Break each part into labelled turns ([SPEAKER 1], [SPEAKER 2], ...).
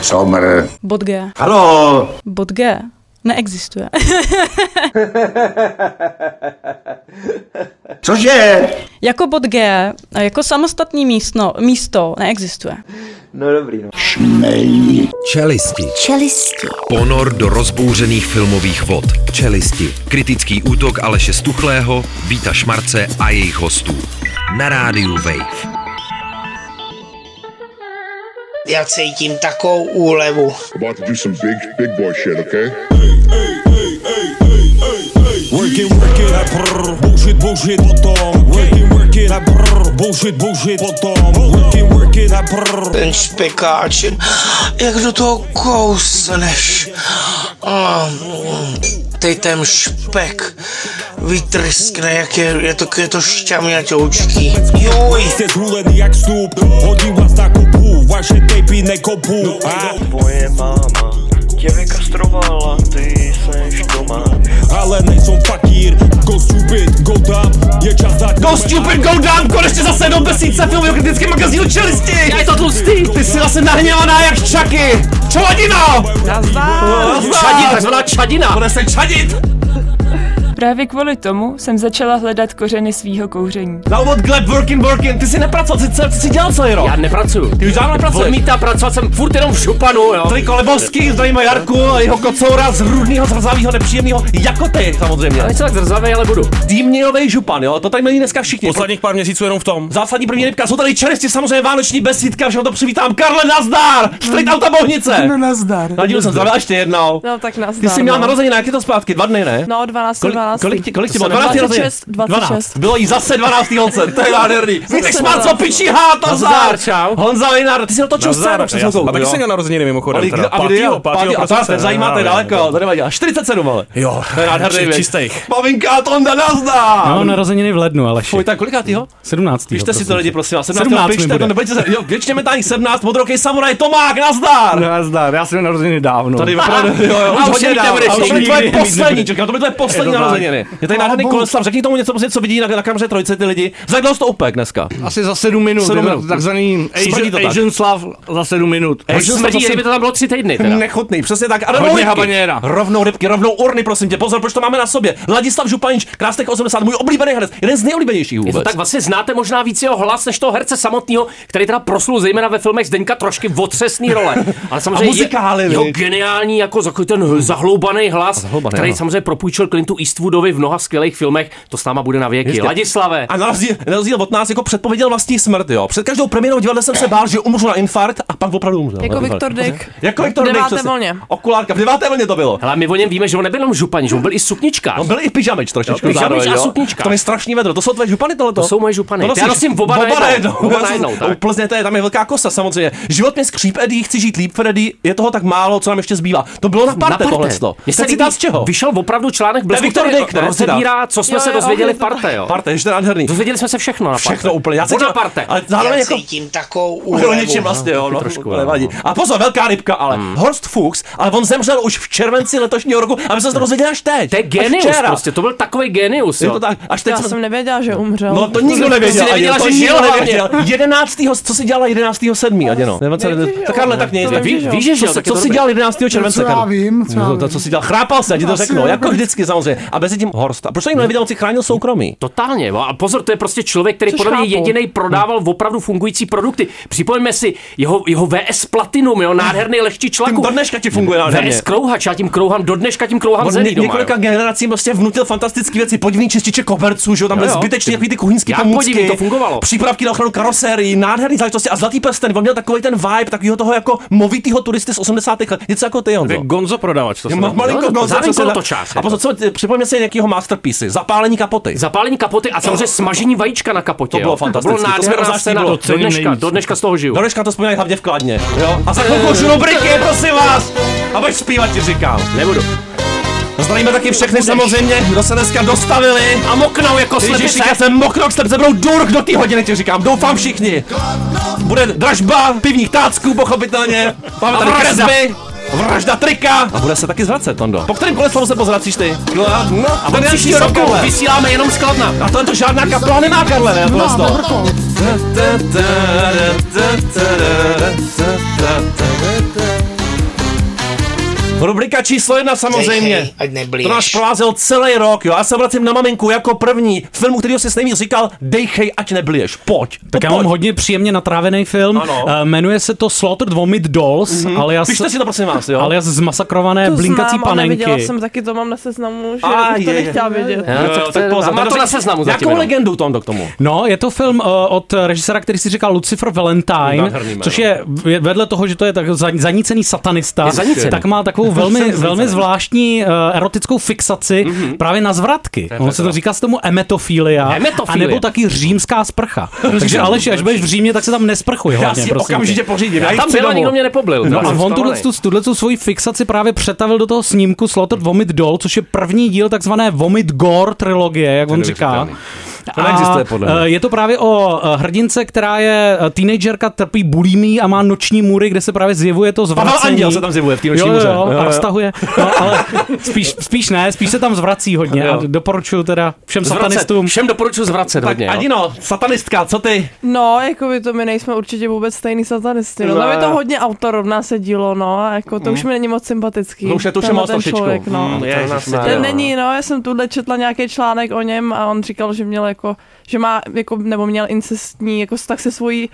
[SPEAKER 1] Somr.
[SPEAKER 2] Bod G.
[SPEAKER 3] Halo.
[SPEAKER 2] Bod G. Neexistuje.
[SPEAKER 1] Cože?
[SPEAKER 2] Jako bod G, jako samostatný místo neexistuje.
[SPEAKER 3] No dobrý, no.
[SPEAKER 1] Šmej.
[SPEAKER 4] Čelisti.
[SPEAKER 5] Ponor do rozbouřených filmových vod. Čelisti. Kritický útok Aleše Stuchlého, Víta Šmarce a jejich hostů. Na rádiu Wave.
[SPEAKER 6] Já cítím takovou úlevu.
[SPEAKER 7] About to do some big boy shit, okay?
[SPEAKER 8] Work it, bullshit, potom. Work it, bullshit, potom. Work it,
[SPEAKER 6] Ten špekáč, jak do toho kousneš. Teď ten špek vytryskne, jak je to šťavňatoučký. Juj!
[SPEAKER 8] Jste zhulený jak stůp, hodím vás na kopu, vaše tejpy nekopu.
[SPEAKER 9] Tvoje máma tě vykastrovala, ty seš doma.
[SPEAKER 8] Ale nejsem fakír, go stupid, go dumb, je čas dát...
[SPEAKER 3] Go stupid, go dumb, konečně zase do besídce filmového kritického magazínu Čelisti. Já je to tlustý. Ty jsi zase nahněvaná jak Chucky. Čoladina.
[SPEAKER 2] Nazdar.
[SPEAKER 3] Čadit, takzvaná čadina. Bude se čadit.
[SPEAKER 10] Právě kvůli tomu jsem začala hledat kořeny svýho kouření.
[SPEAKER 3] Na úvod Gleb working, ty jsi nepracoval, ty jsi dělal celý rok.
[SPEAKER 11] Já nepracuju.
[SPEAKER 3] Ty už dávno nepracuješ.
[SPEAKER 11] Odmítám pracovat, jsem furt jenom v šupanu, jo.
[SPEAKER 3] Triko Lebovský, zdravíme Jarku, jeho kocoura z rudnýho, zrzavýho, nepříjemného, jako ty samozřejmě.
[SPEAKER 11] Ale co tak zrzavej, ale budu.
[SPEAKER 3] Dýmňovej župan, jo, to tady měli dneska všichni.
[SPEAKER 11] Posledních pár měsíců jenom v tom.
[SPEAKER 3] Zásadní první rybka, jsou tady čelisti, samozřejmě vánoční besídka, všeho to přivítám. Karle, nazdar! Street Auta Bohnice!
[SPEAKER 12] No nazdar.
[SPEAKER 3] Nadíl jsem zdravil ještě jednou.
[SPEAKER 2] No tak nazdar.
[SPEAKER 3] Ty jsi měla narozeniny, jak je to zpátky? 2 dny, ne?
[SPEAKER 2] No 12.
[SPEAKER 3] Kolik ti bylo?
[SPEAKER 2] 26.
[SPEAKER 3] Bylo jí zase 12. holce, to je nádherný. Víte, Šmar, co pičí háto zdar! Honza Vejnar, ty jsi točil scénu přes
[SPEAKER 11] A taky jsem měl narozeniny mimochodem.
[SPEAKER 3] A video, a to nás nezajímáte daleko, to nevadí. 47, ale.
[SPEAKER 11] Jo,
[SPEAKER 3] to je nádherný věc.
[SPEAKER 11] Čistých.
[SPEAKER 3] Maminka Tonda, nazdar!
[SPEAKER 13] No, narozeniny v lednu, ale
[SPEAKER 3] Fuj, tak kolikátýho?
[SPEAKER 13] 17.
[SPEAKER 3] Pište si to lidi, prosím vás.
[SPEAKER 13] 17
[SPEAKER 3] pište, to nebojte se. Jo, věčně metání 17, modrokej samuraj Tomák, nazdar!
[SPEAKER 13] Nazdar, já jsem narozeniny dávno.
[SPEAKER 3] Tady opravdu, jo, už hodně dávno. A už byly tvoje poslední, čekám, to byly tvoje poslední narozeniny. Je tady nádherný Koleslav, řekni tomu něco, co vidí na kameře trojce ty lidi. Za kdo jsi to upek dneska?
[SPEAKER 13] Asi za 7 minut. Takzvaný Asian Slav za 7 minut.
[SPEAKER 11] Smrdí, kdyby to tam bylo 3 týdny teda.
[SPEAKER 3] Nechutný, přesně tak. A
[SPEAKER 13] hodně habaněra.
[SPEAKER 3] Rovnou rybky, rovnou urny, prosím tě. Pozor, proč to máme na sobě. Ladislav Županič, krásných 80, můj oblíbený herec, jeden z nejoblíbenějších vůbec.
[SPEAKER 11] Je to tak, vlastně znáte možná víc jeho hlas než toho herce samotného, který teda proslul zejména ve filmech Zdeňka Trošky otřesný role. Ale samozřejmě jeho geniální jako takový ten zahloubaný hlas, který samozřejmě propůjčil Clintu Eastwoodovi v mnoha skvělých filmech, to s náma bude na věky. Ladislave.
[SPEAKER 3] A na rozdíl od nás jako předpověděl vlastní smrt, jo. Před každou premiérou divadla jsem se bál, že umřu na infarkt a pak opravdu umřel.
[SPEAKER 2] Jako Viktor Dyk.
[SPEAKER 3] Jako Viktor Dyk. V
[SPEAKER 2] 9. vlně.
[SPEAKER 3] Okulárka, v 9. vlně to bylo.
[SPEAKER 11] Ale my o něm víme, že on nebyl jenom župan, že on byl i supnička.
[SPEAKER 3] On byl i pyžamič trošičku.
[SPEAKER 11] Pyžamič a supnička.
[SPEAKER 3] To je strašný vedro. To jsou tvoje župany tohleto.
[SPEAKER 11] To jsou moje župany. Já nosím oba najednou.
[SPEAKER 3] U Plzně to je, tam je velká kosa samozřejmě. Život mě skříp, Eddie, chci žít líp, Freddy, je toho tak málo, co nám ještě zbývá. To bylo na parte tohleto.
[SPEAKER 11] Z čeho? Vyšel opravdu článek Blesku, který rozebírá, co jsme se dozvěděli v parte, jo.
[SPEAKER 3] Parte, ještě nádherný.
[SPEAKER 11] Dozvěděli jsme se všechno na parte.
[SPEAKER 3] Všechno úplně. Já
[SPEAKER 6] cítím takovou úlevu.
[SPEAKER 3] Něčím vlastně, jo, no, trošku nevadí. A pozor, velká rybka, ale Horst Fuchs, ale on zemřel už v červenci letošního roku, a my jsme se to dozvěděli až teď.
[SPEAKER 11] To je genius, prostě, to byl takový genius, jo.
[SPEAKER 3] Je to tak, až teď
[SPEAKER 2] já jsem nevěděla, že umřel.
[SPEAKER 3] No to nikdo nevěděl,
[SPEAKER 11] že žil hlavně.
[SPEAKER 3] 11. co si dělala 11.7. Aděno. Tak Karle, tak nic.
[SPEAKER 11] Víš, že žil,
[SPEAKER 3] co si dělal 11. července?
[SPEAKER 12] Já vím,
[SPEAKER 3] to, co si dělal, chrápal se, ti to řeknu, jako vždycky samozřejmě. A bez tím Horsta. Proč to nikdo nevěděl, on si chránil soukromí?
[SPEAKER 11] Totálně, a pozor, to je prostě člověk, který podle mě jedinej prodával opravdu fungující produkty. Připomeňme si jeho VS Platinum, jo, nádherný lehčí člaku.
[SPEAKER 3] Do dneška ti funguje nádherně.
[SPEAKER 11] VS Krouhač, já tím krouhám do dneška zený doma.
[SPEAKER 3] Několika generacím prostě vnutil fantastické věci, podivný čističe koberců, že tam byly zbytečný takový ty kuchyňský pomůcky.
[SPEAKER 11] To fungovalo.
[SPEAKER 3] Přípravky na ochranu karosérií, nádherný záležitosti a zlatý prsten, on měl takový ten vibe takového toho jako movitýho turisty z 80. let. Něco jako ty, Honzo.
[SPEAKER 13] Gonzo prodavač, to
[SPEAKER 3] malinko Gonzo. A pozor, co připomeňme si nějakého masterpiece, zapálení kapoty.
[SPEAKER 11] Zapálení kapoty a samozřejmě smažení vajíčka na kapotě.
[SPEAKER 3] To bylo fantastické.
[SPEAKER 11] To bylo nádherná scéna. Do dneška z toho žiju.
[SPEAKER 3] Do dneška to vzpomínají hlavně v Kladně, jo. A za chvilku rubriky, prosím vás. A budeš zpívat, ti říkám.
[SPEAKER 11] Nebudu.
[SPEAKER 3] Zdravíme taky všechny samozřejmě, kdo se dneska dostavili.
[SPEAKER 11] A moknou jako slepice.
[SPEAKER 3] Já jsem moknou, slepice budou durk do té hodiny, ti říkám. Doufám všichni. Bude dražba pivních tácků, pochopitelně. Máme tady kresby. Vražda trika. A bude se taky zvracet, Tondo. Po kterém Koleslavu se pozvracíš ty? No,
[SPEAKER 11] a po příští roku vysíláme jenom z Kladna.
[SPEAKER 3] A to žádná kapela nemá, Karle, ne? Rubrika číslo 1 samozřejmě.
[SPEAKER 6] Dej, ať neblíž.
[SPEAKER 3] To nás provázel celý rok, jo. Já se vracím na maminku jako první. Filmu, kterýho si nejvíc říkal, dejchej, ať neblíž. Pojď.
[SPEAKER 1] Tak já mám hodně příjemně natrávený film. Jmenuje se to Slaughtered Vomit Dolls, alias...
[SPEAKER 3] Pište si to, prosím vás, jo.
[SPEAKER 1] Alias zmasakrované
[SPEAKER 12] to
[SPEAKER 1] blinkací
[SPEAKER 12] znám,
[SPEAKER 1] panenky.
[SPEAKER 12] Viděla jsem taky, to mám na seznamu, že bych to nechtěla vědět.
[SPEAKER 11] Má to na seznamu zatím.
[SPEAKER 3] Jakou legendu Tondo k tomu?
[SPEAKER 1] No, je to film od režiséra, který si říkal Lucifer Valentine, což je vedle toho, že to je tak zanícený satanista, tak má takovou velmi zvláštní erotickou fixaci právě na zvratky. On se to říká z tomu emetofilia, anebo taky římská sprcha. Takže Aleši, až budeš v Římě, tak se tam nesprchuj hlavně.
[SPEAKER 3] Já si okamžitě pořídím.
[SPEAKER 11] Já tam byl a nikdo mě nepoblil.
[SPEAKER 1] No a on tuhle svoji fixaci právě přetavil do toho snímku Slaughtered Vomit Doll, což je první díl takzvané Vomit Gore trilogie, jak on říká.
[SPEAKER 3] To neexistuje podle mě.
[SPEAKER 1] Je to právě o hrdince, která je teenagerka, trpí bulimií a má noční můry, kde se právě zjevuje to zvracení.
[SPEAKER 3] Pavel Anděl se tam zjevuje v té noční můře.
[SPEAKER 1] Jo, a roztahuje. No, ale spíš ne, spíš se tam zvrací hodně. A doporučuju teda všem satanistům.
[SPEAKER 11] Všem doporučuju zvracet hodně.
[SPEAKER 3] Adino, satanistka, co ty?
[SPEAKER 12] No, jako by to my nejsme určitě vůbec stejný satanisti. No, tam je to hodně autorovná se dílo, no, a jako to už mi není moc sympatický.
[SPEAKER 3] To už je moc trošičku.
[SPEAKER 12] Ten není, no, já jsem tuhle četla nějaký článek o něm a on říkal, že měl jako, že má jako, nebo měl incestní jako vztah se svojí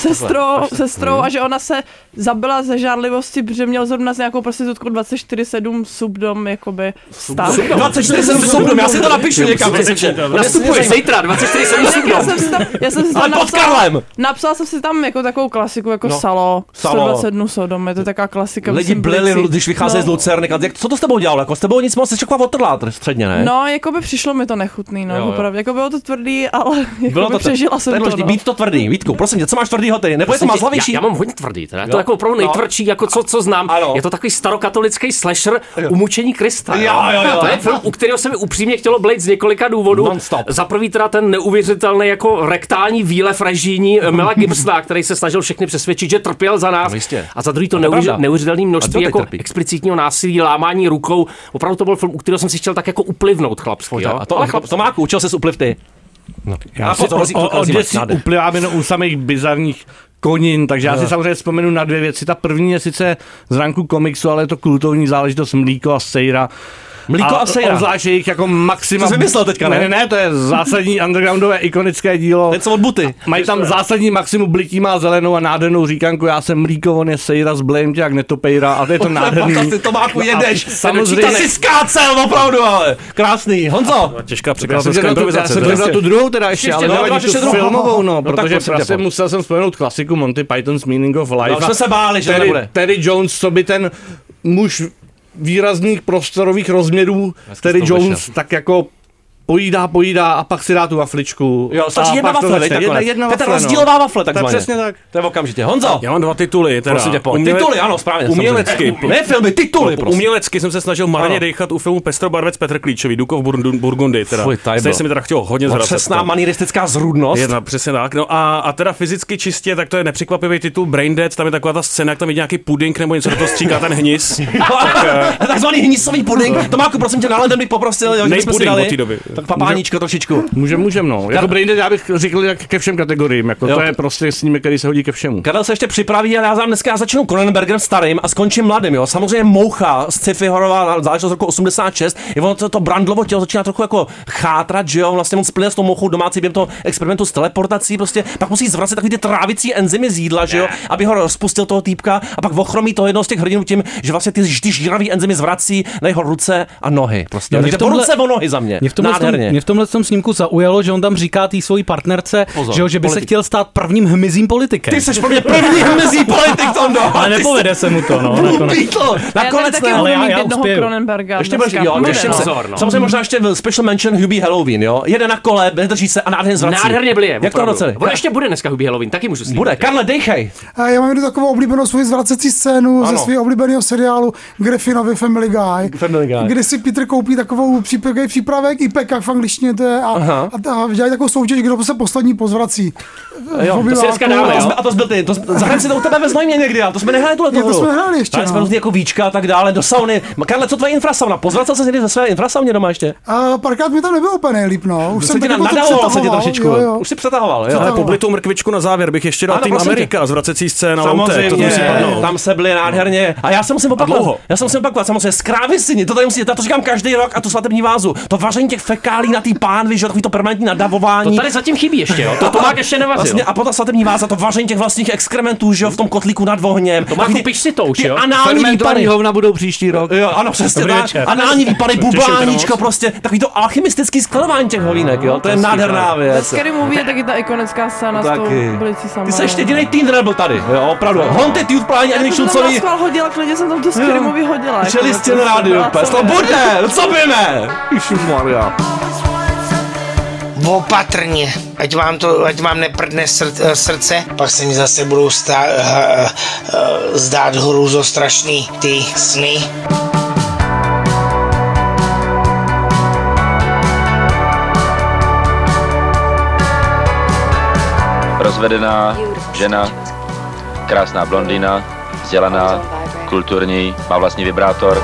[SPEAKER 12] sestrou a že ona se zabila ze žárlivosti, protože měl zrovna s nějakou prostitutkou 24/7 subdom, jakoby vztah.
[SPEAKER 3] 24/7 subdom, já si to napíšu někam.
[SPEAKER 11] Nastupuješ zítra, 24/7 subdom.
[SPEAKER 12] Já jsem si tam napsala jsem si tam jako takovou klasiku, jako Salo. 127 Sodom, je to taková klasika.
[SPEAKER 3] Lidi blili, když vycházejí z Lucerny. Co to s tebou dělalo? Jako s tebou nic moc, jsi taková otrlá středně, ne?
[SPEAKER 12] No, jako by přišlo mi to nechutný, no, opravdu. Jako bylo to tvrdý, ale jako přežila jsem to.
[SPEAKER 3] Být to tvrdý, Vítku, prosím tě, co máš tvrdýho ty? Nebo je to mazlavější?
[SPEAKER 11] Já mám hodně tvrdý, teda. To je jako opravdu nejtvrdší, jako co znám. Je to takový starokatolický slasher Umučení Krista.
[SPEAKER 3] Jo.
[SPEAKER 11] To je film, u kterého se mi upřímně chtělo blejt z několika důvodů. Za prvý teda ten neuvěřitelný jako rektální výlev režijní Mela Gibsona, který se snažil všechny přesvědčit, že trpěl za nás. A za druhý to neuvěřitelné množství jako explicitního násilí, lámání rukou. Opravdu to byl film, u kterého jsem si chtěl tak jako uplivnout chlapsky.
[SPEAKER 3] A to Tomáku, učil ses upliv ty?
[SPEAKER 13] No. Já si od dětství uplivám jenom u samých bizarních konin, takže já si samozřejmě vzpomenu na dvě věci. Ta první je sice z ranku komiksu, ale je to kultovní záležitost Mlíko a Sejra.
[SPEAKER 3] Mlíko a Sejra.
[SPEAKER 13] Obzvlášť jejich jako maximum.
[SPEAKER 3] Co jsi vymyslel teďka, ne?
[SPEAKER 13] Ne, to je zásadní undergroundové ikonické dílo.
[SPEAKER 3] Teď jsou od Buty.
[SPEAKER 13] Mají tam zásadní maximum, Blití má zelenou a nádhernou říkanku, já jsem Mlíko, on je Sejra, zblejím tě jak netopejra a to je to nádherný.
[SPEAKER 3] Ty Tomáku jedeš.
[SPEAKER 13] Samozřejmě.
[SPEAKER 3] Ty jsi skácel, opravdu, ale krásný. Honzo.
[SPEAKER 1] Těžká překlápěská
[SPEAKER 13] improvizace. Já jsem tu druhou teda ještě, ale nevadí tu filmovou, no, protože prostě musel jsem vzpomenout klasiku Monty Python's Meaning of Life.
[SPEAKER 3] No, jsme se báli, že nebude.
[SPEAKER 13] Terry Jones, co by ten muž výrazných prostorových rozměrů, Terry Jones, tak jako pojídá a pak si dá tu wafličku.
[SPEAKER 3] Jo, stačí jedna wafle, jedna wafle, to je rozdílová wafle, takzvaně.
[SPEAKER 13] To je přesně tak.
[SPEAKER 3] To je okamžitě. Honzo.
[SPEAKER 1] Já mám 2 tituly, teda.
[SPEAKER 3] Prosím tě, tituly, ano, správně.
[SPEAKER 1] Umělecky.
[SPEAKER 3] Ne filmy, tituly, prosím.
[SPEAKER 1] Umělecky jsem se snažil marně dejchat u filmu Pestrobarvec Petr Klíčový, Dukov Burgundy, teda. Stejně se mi teda chtělo hodně zvracet.
[SPEAKER 3] Přesná manieristická zrůdnost.
[SPEAKER 1] Jedna, přesně tak. No a teda fyzicky čistě, tak to je nepřekvapivý titul Braindead, tam je taková ta scéna, jak tam je nějaký puding nebo něco, do toho stříká ten hnis.
[SPEAKER 3] Takzvaný hnisový puding. Tomáku, prosím tě, náledem bych poprosil, že jsme si dali. Tak papáníčko trošičku.
[SPEAKER 13] Můžem, no. Jako Braindead, já bych řekl ke všem kategoriím, jako to je prostě snímek, který se hodí ke všemu.
[SPEAKER 3] Karel se ještě připraví, ale já začnu Cronenbergem starým a skončím mladým, jo. Samozřejmě Moucha, sci-fi hororová záležitost roku 86. Je ono to Brandlovo tělo začíná trochu jako chátrat, že jo. Vlastně on splyne s tou mouchou domácí během toho experimentu s teleportací, prostě pak musí zvracet takový ty trávicí enzymy z jídla, že jo, aby ho rozpustil toho týpka a pak ochromí toho jednoho z těch hrdinů tím, že vlastně ty žíravý enzymy zvrací na jeho ruce a nohy. Prostě. Takže po ruce o nohy za mě.
[SPEAKER 1] Mě v tomhle snímku zaujalo, že on tam říká té svojí partnerce, že by se chtěl stát prvním hmyzím politikem.
[SPEAKER 3] Ty seš pro mě první hmyzí politik, Tondo.
[SPEAKER 1] Ale nepovede se mu to, no.
[SPEAKER 3] Nakonec
[SPEAKER 12] ne, ale já uspěju. Cronenberga.
[SPEAKER 3] Ještě samozřejmě možná ještě special mention Hubie Halloween, jo. Jede na kole, nedrží se a nádherně zvrací.
[SPEAKER 11] Nádherně blije.
[SPEAKER 3] Jak to docela?
[SPEAKER 11] On ještě bude dneska Hubie Halloween, taky můžu slíbit.
[SPEAKER 3] Bude. Karle, dejchej.
[SPEAKER 14] Já mám jednu takovou oblíbenou svou zvracecí scénu ze svého oblíbeného seriálu Griffinovi Family Guy. Kde si Peter koupí takovou přípravek IPK jak v angličtině to je a dělají takovou soutěž, kdo se poslední pozvrací.
[SPEAKER 3] Jo, to si dneska dáme, jo? A to byl ty, zahrajeme si to u tebe ve Znojmě někdy, ale to jsme nehráli tuhle hru.
[SPEAKER 14] To jsme hráli ještě,
[SPEAKER 3] jsme různý jako víčka a tak dále, do sauny. Karle, co tvoje infrasauna? Pozvracel se někdy ze své infrasauně doma ještě?
[SPEAKER 14] Párkrát mi tam nebylo úplně nejlíp, no. Už jsem
[SPEAKER 3] nadával se tě trošičku. Už si přetahoval, jo.
[SPEAKER 15] Ale poblitou mrkvičku na závěr bych ještě dal Tým Amerika, zvracecí scéna.
[SPEAKER 3] Samozřejmě, tam se byly nádherně. A já se musím opakovat, samozřejmě z krávy to tady musíte, já to říkám každý rok a tu svatební vázu. To vaření těch fekálí na té pánvi, že takový to permanentní nadavování.
[SPEAKER 11] To tady zatím chybí ještě, jo. To Tomák ještě nevařil.
[SPEAKER 3] Vlastně, a potom svatební váza, to vaření těch vlastních exkrementů, že jo, v tom kotlíku nad ohněm.
[SPEAKER 11] To má piš si to už, jo.
[SPEAKER 3] Anální výpady
[SPEAKER 13] hovna budou příští rok.
[SPEAKER 3] Jo, ano, přesně tak. Anální výpady, bubláníčko, prostě takový to alchymistický skladování těch hovínek, jo. To je nádherná věc.
[SPEAKER 12] Ve Scary Movie je taky ta ikonická scéna s tou ulicí sama.
[SPEAKER 3] Ty jsi ještě jediný teen byl tady, jo, opravdu. Haunted Youth plání Andy Schultzový.
[SPEAKER 12] Já jsem hodila, klidně jsem tam to Scary Movie hodila.
[SPEAKER 3] Čelistě na rádiu, bude, co víme? Ježišmarja.
[SPEAKER 6] Opatrně, ať vám neprdne srdce, pak se mi zase budou zdát hrůzostrašný ty sny.
[SPEAKER 16] Rozvedená žena, krásná blondýna, vzdělaná, kulturní, má vlastní vibrátor.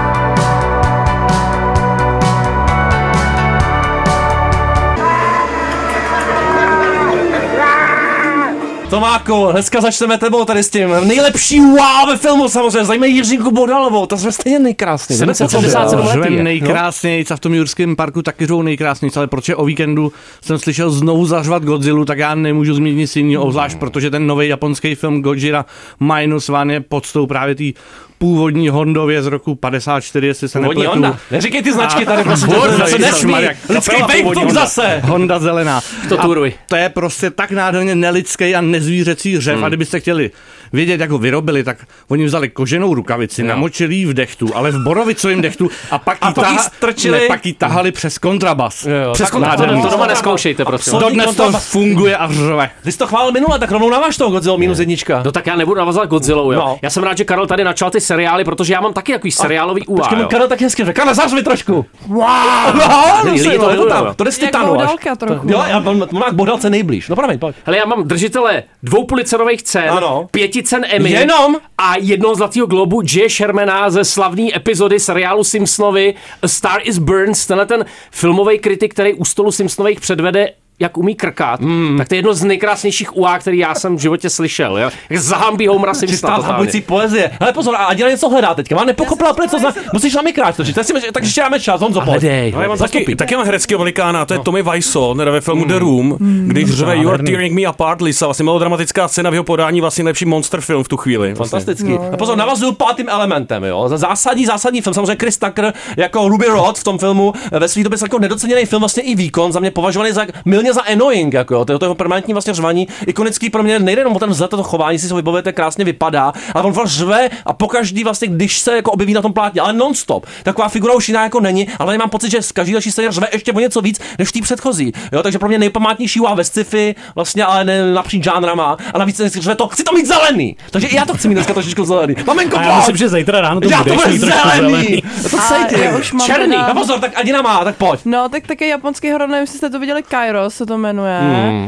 [SPEAKER 3] Tomáku, dneska začneme tebou tady s tím nejlepší wow ve filmu samozřejmě, zajímají Jiřinku Bohdalovou, ta jsme stejně nejkrásnější.
[SPEAKER 13] 77 letý. Nejkrásnějc a v tom Jurském parku taky řou nejkrásnějc, ale protože o víkendu jsem slyšel znovu zařvat Godzillu, tak já nemůžu zmínit nic jiného, obzvlášť protože ten nový japonský film Godzilla -1 je podstou právě tý původní Hondově z roku 54, jestli se nepletu.
[SPEAKER 3] Honda. Neříkej ty značky tady, prosím. Lidský bejtok zase.
[SPEAKER 13] Honda zelená.
[SPEAKER 11] To
[SPEAKER 13] je prostě tak nádherně nelidský a nezvířecí řev. A kdybyste chtěli vědět, jak ho vyrobili, tak oni vzali koženou rukavici, namočili ji v dechtu, ale v borovicovém dechtu a pak ji tahali přes kontrabas.
[SPEAKER 11] To doma neskoušejte, prosím.
[SPEAKER 13] Dodnes to funguje a řve.
[SPEAKER 3] Ty jsi to chválil minule, tak rovnou navaž toho Godzilla -1.
[SPEAKER 11] No tak já nebudu navazovat Godzillou, jo. Já jsem rád, že Karel tady načal ty seriály, protože já mám taky takový seriálový úvá.
[SPEAKER 3] Počkej, Karel taky hezky řekl. Karel, zařvi trošku.
[SPEAKER 14] Wow!
[SPEAKER 3] To jde z Titanu. Jo, já mám Bohdalce nejblíž. No promiň, pojď.
[SPEAKER 11] Hele, já mám držitele 2 Pulitzerových cen, 5 cen Emmy.
[SPEAKER 3] Jenom?
[SPEAKER 11] A 1 Zlatého globu J. Shermana ze slavné epizody seriálu Simpsonovi A Star is Burns. Tenhle ten filmový kritik, který u stolu Simpsonových předvede jak umí krkat, tak to je jedno z nejkrásnějších UA, který já jsem v životě slyšel. Jo? Jak zahambí Homera Simpsona.
[SPEAKER 3] Čistá zahambující poezie. Ale pozor, a dělá něco hledá teďka. Má nepochopila úplně, co musíš na mikráč točit. Tak ještě dáme čas, Honzo, pojď.
[SPEAKER 15] Taky mám hereckého velikána, to je Tommy Wiseau, ve filmu The Room, když řve You Are Tearing Me Apart, Lisa, vlastně melodramatická scéna v jeho podání, vlastně nejlepší monster film v tu chvíli.
[SPEAKER 3] Fantastický. A pozor, navazuju 5. elementem, jo. Zásadní film, samozřejmě Chris Tucker jako Ruby Rhod v tom filmu, ve své době jako nedoceněný film, vlastně i výkon, za mě považovaný za mylně za annoying, jako jo, to jeho permanentní vlastně řvaní, ikonický pro mě nejde jenom o ten vzhled, to chování, si ho vybavujete, krásně vypadá, ale on řve a pokaždý vlastně, když se jako objeví na tom plátně, ale non-stop. Taková figura už jiná jako není, ale mám pocit, že z každý další scéně řve ještě o něco víc než tý předchozí. Jo, takže pro mě nejpamátnější ve sci-fi, vlastně, ale ne napříč žánrama, a navíc řve to, chci to mít zelený. Takže i já to chci mít dneska trošičku zelený. Maminko,
[SPEAKER 1] já myslím, že zítra ráno to budeš mít trošku zelený.
[SPEAKER 3] To černý. No pozor, tak Adina má, tak pojď.
[SPEAKER 12] No, tak taky japonský horor, nevím, jestli jste to viděli, Kairos se to jmenuje.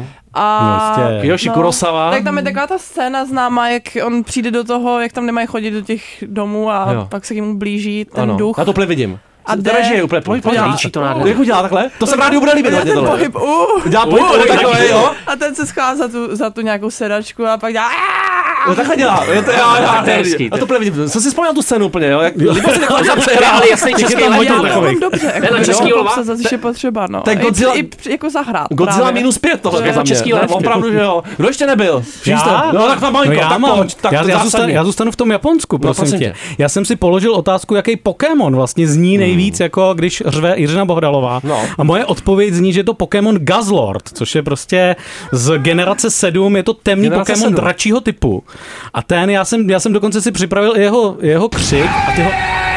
[SPEAKER 3] A Kiyoshi Kurosawa.
[SPEAKER 12] Tak tam je taková ta scéna známá, jak on přijde do toho, jak tam nemají chodit do těch domů a pak se k němu blíží ten duch.
[SPEAKER 3] Já to úplně vidím.
[SPEAKER 12] A
[SPEAKER 3] je úplně pojď.
[SPEAKER 11] To nádherně.
[SPEAKER 3] Jak ho dělá takhle? To se v rádiu bude líbit.
[SPEAKER 12] Ten pohyb,
[SPEAKER 3] dělá pohyb takhle, jo.
[SPEAKER 12] A ten se schová za tu nějakou sedačku a pak dělá
[SPEAKER 3] No takhle dělá. Je to já to vidím. Co si vzpomněl tu scénu úplně, jo? Jak Libo si takhle přehráli,
[SPEAKER 11] jasný český
[SPEAKER 12] takový. Dobře, jako český olva. Se zase potřeba, no.
[SPEAKER 3] Tak Godzilla
[SPEAKER 12] jako zahrát.
[SPEAKER 3] Godzilla -5 tohle za český olva. Opravdu, že jo. Kdo ještě nebyl? No tak tam malinko, tak pojď.
[SPEAKER 1] Já zůstanu v tom Japonsku, prosím tě. Já jsem si položil otázku, jaký Pokémon vlastně zní nejvíc, jako když řve Jiřina Bohdalová. A moje odpověď zní, že je to Pokémon Guzzlord, což je prostě z generace 7, je to temný Pokémon dračího typu. A ten, já jsem dokonce si připravil i jeho křik a ty ho...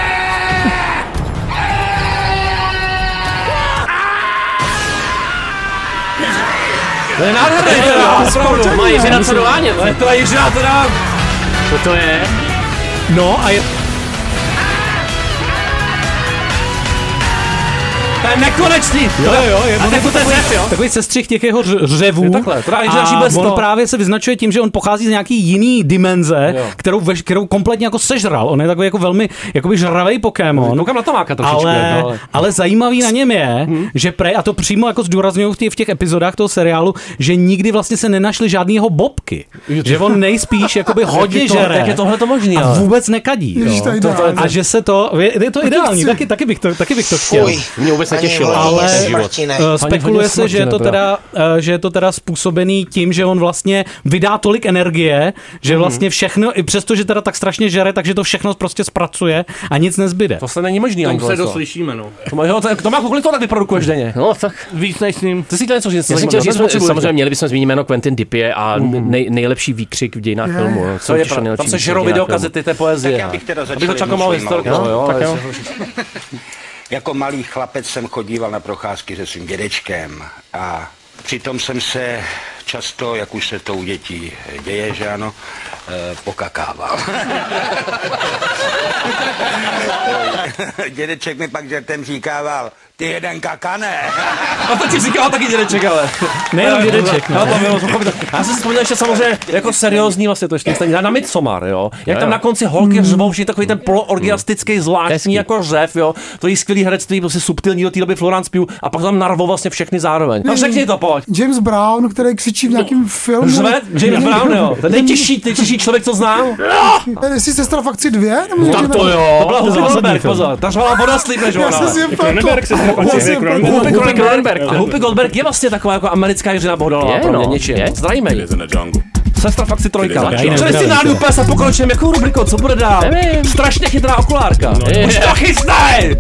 [SPEAKER 3] To je nádherný teda, opravdu.
[SPEAKER 11] To má Jiřina co dohánět.
[SPEAKER 3] To je Jiřina teda...
[SPEAKER 11] Co to je?
[SPEAKER 1] No a je...
[SPEAKER 3] To je nekonečný.
[SPEAKER 1] Jo, takový sestřih těch jeho řevů. A on právě se vyznačuje tím, že on pochází z nějaký jiný dimenze, kterou kompletně jako sežral. On je takový jako velmi jakoby žravej Pokémon.
[SPEAKER 3] Koukám na Tomáka trošičku.
[SPEAKER 1] Ale zajímavý na něm je, že a to přímo jako zdůrazňují v těch epizodách toho seriálu, že nikdy vlastně se nenašly žádný jeho bobky. Že on nejspíš jakoby hodně žere.
[SPEAKER 3] Jak je tohle to možný?
[SPEAKER 1] A vůbec nekadí. A že se to, je to ideální, taky bych to chtěl.
[SPEAKER 11] Mě vůbec netěšilo.
[SPEAKER 1] Ale spekuluje se, že je to teda způsobený tím, že on vlastně vydá tolik energie, že vlastně všechno, i přesto, že teda tak strašně žere, takže to všechno prostě zpracuje a nic nezbyde.
[SPEAKER 3] To se není možný.
[SPEAKER 13] To se doslyšíme, no.
[SPEAKER 3] Tomáku, kolik to tak vyprodukuješ denně?
[SPEAKER 11] No, tak
[SPEAKER 13] víc než s ním.
[SPEAKER 3] Ty si to něco říct?
[SPEAKER 11] Samozřejmě měli bychom zmínit jméno Quentin Dupieux a nejlepší výkřik v dějinách filmu.
[SPEAKER 3] Co je tam se žerou videokazety té poezie.
[SPEAKER 17] Tak já bych teda začal Jako malý chlapec jsem chodíval na procházky se svým dědečkem a přitom jsem se často, jak už se to u dětí děje, že ano, pokakával. Dědeček mi pak žertem říkával, ty jeden kakane.
[SPEAKER 3] A to ti říkal taky dědeček, ale.
[SPEAKER 1] Nejenom dědeček.
[SPEAKER 3] No. Já jsem si vzpomněl ještě samozřejmě jako seriózní vlastně to ještě na Midsommar, jo. Jak tam na konci holky řvou, vždy takový ten poloorgiastický zvláštní jako řev, jo. To je skvělý herectví, prostě subtilní do té doby Florence Pugh a pak tam narvou vlastně všechny zároveň. No řekni to, pojď.
[SPEAKER 14] James Brown, který křičí v nějakém filmu.
[SPEAKER 3] Řve? James Brown, jo. Ten nejtěžší člověk, co znám.
[SPEAKER 14] Jestli Sestra v akci 2?
[SPEAKER 3] Tak to jo. To byla Whoopi Goldberg, pozor. Ta řvala voda slíp, než ona. Whoopi Goldberg je vlastně taková jako americká Jiřina Bohdalová pro mě něčím. Zdravíme ji. Sestra fakt si trojka. Čili si nádu pes a pokročíme jakou rubrikou, co bude dál? Strašně chytrá okulárka. Už to chystaj!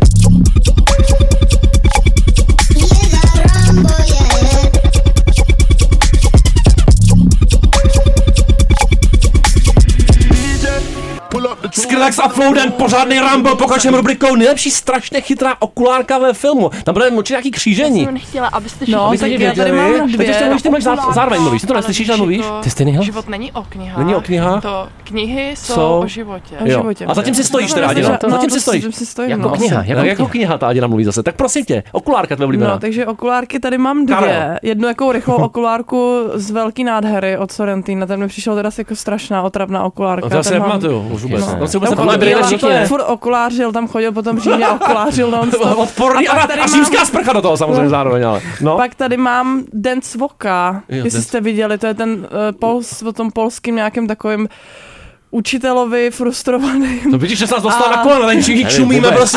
[SPEAKER 3] Skrillex a Flowden, pořádný Rambo, pokračujeme rubrikou nejlepší strašně chytrá okulárka ve filmu. Tam bude určitě nějaký křížení.
[SPEAKER 12] Já jsem nechtěla, abyste šli. No, tak já tady mám dvě.
[SPEAKER 3] Teď mluvíš, zároveň mluvíš, ty to neslyšíš a mluvíš? Ty jsi nejhal?
[SPEAKER 12] Život není o knihách.
[SPEAKER 3] Není o knihách?
[SPEAKER 12] To knihy jsou o životě. O životě.
[SPEAKER 3] A zatím si stojíš teda, Adina. Zatím si stojíš.
[SPEAKER 11] Jako kniha.
[SPEAKER 3] Jako kniha ta Adina mluví zase. Tak prosím tě, okulárka tvoje oblíbená.
[SPEAKER 12] No, takže okulárky tady mám dvě. Jednu jako rychlou okulárku z velký nádhery od Sorrentina. Ten mi přišel teda jako strašná otravná okulárka.
[SPEAKER 3] To se nepamatuju už vůbec.
[SPEAKER 12] Furt okulářil, tam chodil potom přímě okulářil non-stop.
[SPEAKER 3] Odporný a římská sprcha do toho samozřejmě zároveň, ale.
[SPEAKER 12] No. Pak tady mám Den Cvoka, jestli jste viděli, to je ten o tom polským nějakým takovým učitelovi frustrovaný.
[SPEAKER 3] No vidíš, že se nás dostal na kolena, ale všichni čumíme prostě.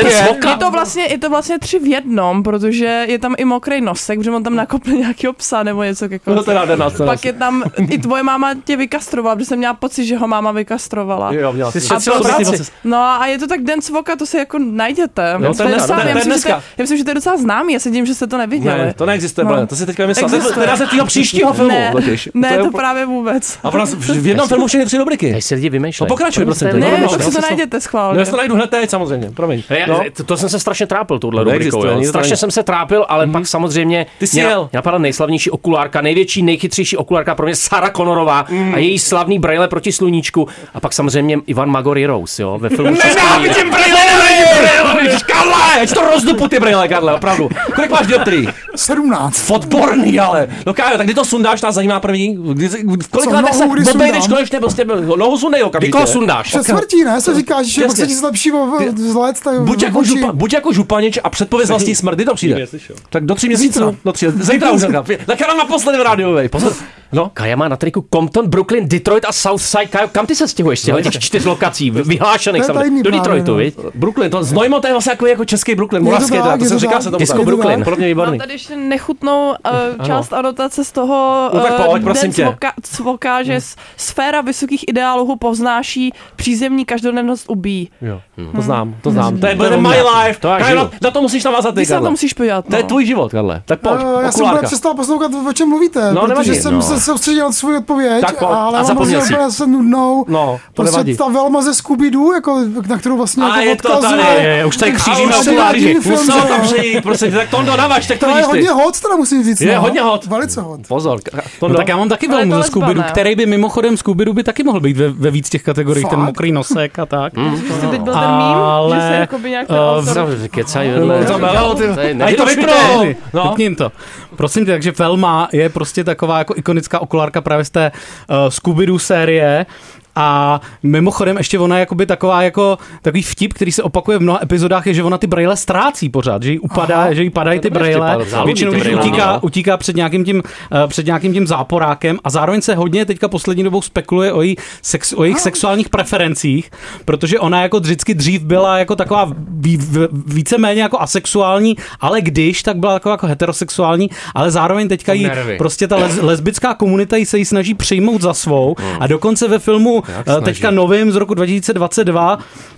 [SPEAKER 12] Je to vlastně 3 v jednom, protože je tam i mokrý nosek, protože on tam nakopne nějakýho psa nebo něco jako.
[SPEAKER 3] No teda
[SPEAKER 12] pak je tam i tvoje máma tě vykastrovala, protože jsem měla pocit, že ho máma vykastrovala.
[SPEAKER 3] Jo, měla.
[SPEAKER 12] No a je to tak Den Cvoka, to si jako najděte.
[SPEAKER 3] No, to je dneska.
[SPEAKER 12] Já myslím, že to je docela známý, já se dím, že jste to neviděli.
[SPEAKER 3] Ne, to neexistuje, to si teďka myslel. Teda se týho příštího filmu.
[SPEAKER 12] Ne, to právě vůbec.
[SPEAKER 3] A v jednom filmu všechny 3 rubriky.
[SPEAKER 11] Si lidi vymýšlejí.
[SPEAKER 3] No pokračuj, prosím.
[SPEAKER 12] Ne, tak si to najděte schválně.
[SPEAKER 3] No, já si to najdu hned teď, samozřejmě. Promiň.
[SPEAKER 11] To jsem se strašně trápil touhle rubrikou. Strašně jsem se trápil, ale pak samozřejmě mě napadla nejslavnější okulárka, největší, nejchytřejší okulárka pro mě Sarah Connorová a její slavný brejle proti sluníčku. A pak samozřejmě Ivan Magor Rose, jo, ve filmu.
[SPEAKER 3] Nenávidím brejle, Karle, ať to rozdupu ty brejle, Karle, opravdu. Kolik máš dioptrií?
[SPEAKER 14] 17.
[SPEAKER 3] Odborný, ale. No Kájo, tak kdy to sundáš, nás zajímá první? Kolik letech se obejdeš konečně, prostě nohu sundej okamžitě.
[SPEAKER 11] Koho sundáš?
[SPEAKER 14] Před smrtí, ne? Se říká, že se ti zlepší vzhled.
[SPEAKER 3] Buď jako županič a předpověz vlastní smrt, kdy to přijde? Tak do 3 měsíců. Zítra už. Tak já mám naposledy v rádiu, vej.
[SPEAKER 11] No. Kaja má na triku Compton, Brooklyn, Detroit a Southside. Kajo, kam ty se stěhuješ z těch 4 lokací vyhlášených do Detroitu, viď?
[SPEAKER 3] Brooklyn, to Znojmo, to je vlastně jako český Brooklyn, moravský, to se říká se tomu.
[SPEAKER 11] Disco Brooklyn.
[SPEAKER 12] Mám tady ještě nechutnou část anotace z toho Cvoka, že sféra vysokých ideálů povznáší přízemní každodennost ubíjí.
[SPEAKER 3] Jo, to znám. To je my life. Na to musíš navázat ty, Karle.
[SPEAKER 12] To musíš podívat.
[SPEAKER 3] To je tvůj život, Karle. Tak pojď,
[SPEAKER 14] já jsem úplně přestal poslouchat, o čem mluvíte, protože jsem se soustředil na svou odpověď, ale mám prostě se nudnou.
[SPEAKER 3] No, to
[SPEAKER 14] prostě ta velma ze Scooby-Doo, jako, na kterou vlastně jako odkazuju.
[SPEAKER 11] Už tady křížíme okuláry.
[SPEAKER 3] Musel tam přijít, prosím, tak Tondo, navaž, tak to
[SPEAKER 14] je hodně hot, teda musím říct.
[SPEAKER 3] Je hodně hot.
[SPEAKER 14] Velice hot.
[SPEAKER 3] Pozor.
[SPEAKER 1] No, tak já mám taky velmu ze Scooby-Doo, který by mimochodem Scooby-Doo by taky mohl být ve víc těch kategoriích, ten mokrý nosek a tak.
[SPEAKER 12] Teď byl ten mím, že se jakoby nějak ten
[SPEAKER 1] Vypním to. Prosím tě, takže Velma je prostě taková jako ikonická okulárka právě z té Scooby-Doo série. A mimochodem ještě ona je jakoby takový vtip, který se opakuje v mnoha epizodách, je, že ona ty brejle ztrácí pořád, že jí upadá, že jí padají ty brejle, většinou když utíká před nějakým tím záporákem a zároveň se hodně teďka poslední dobou spekuluje o jejich sexuálních preferencích, protože ona jako vždycky dřív byla jako taková víceméně jako asexuální, ale když, tak byla jako heterosexuální, ale zároveň teďka jí prostě ta lesbická komunita se jí snaží přijmout za svou a dokonce ve filmu teďka novým z roku 2022,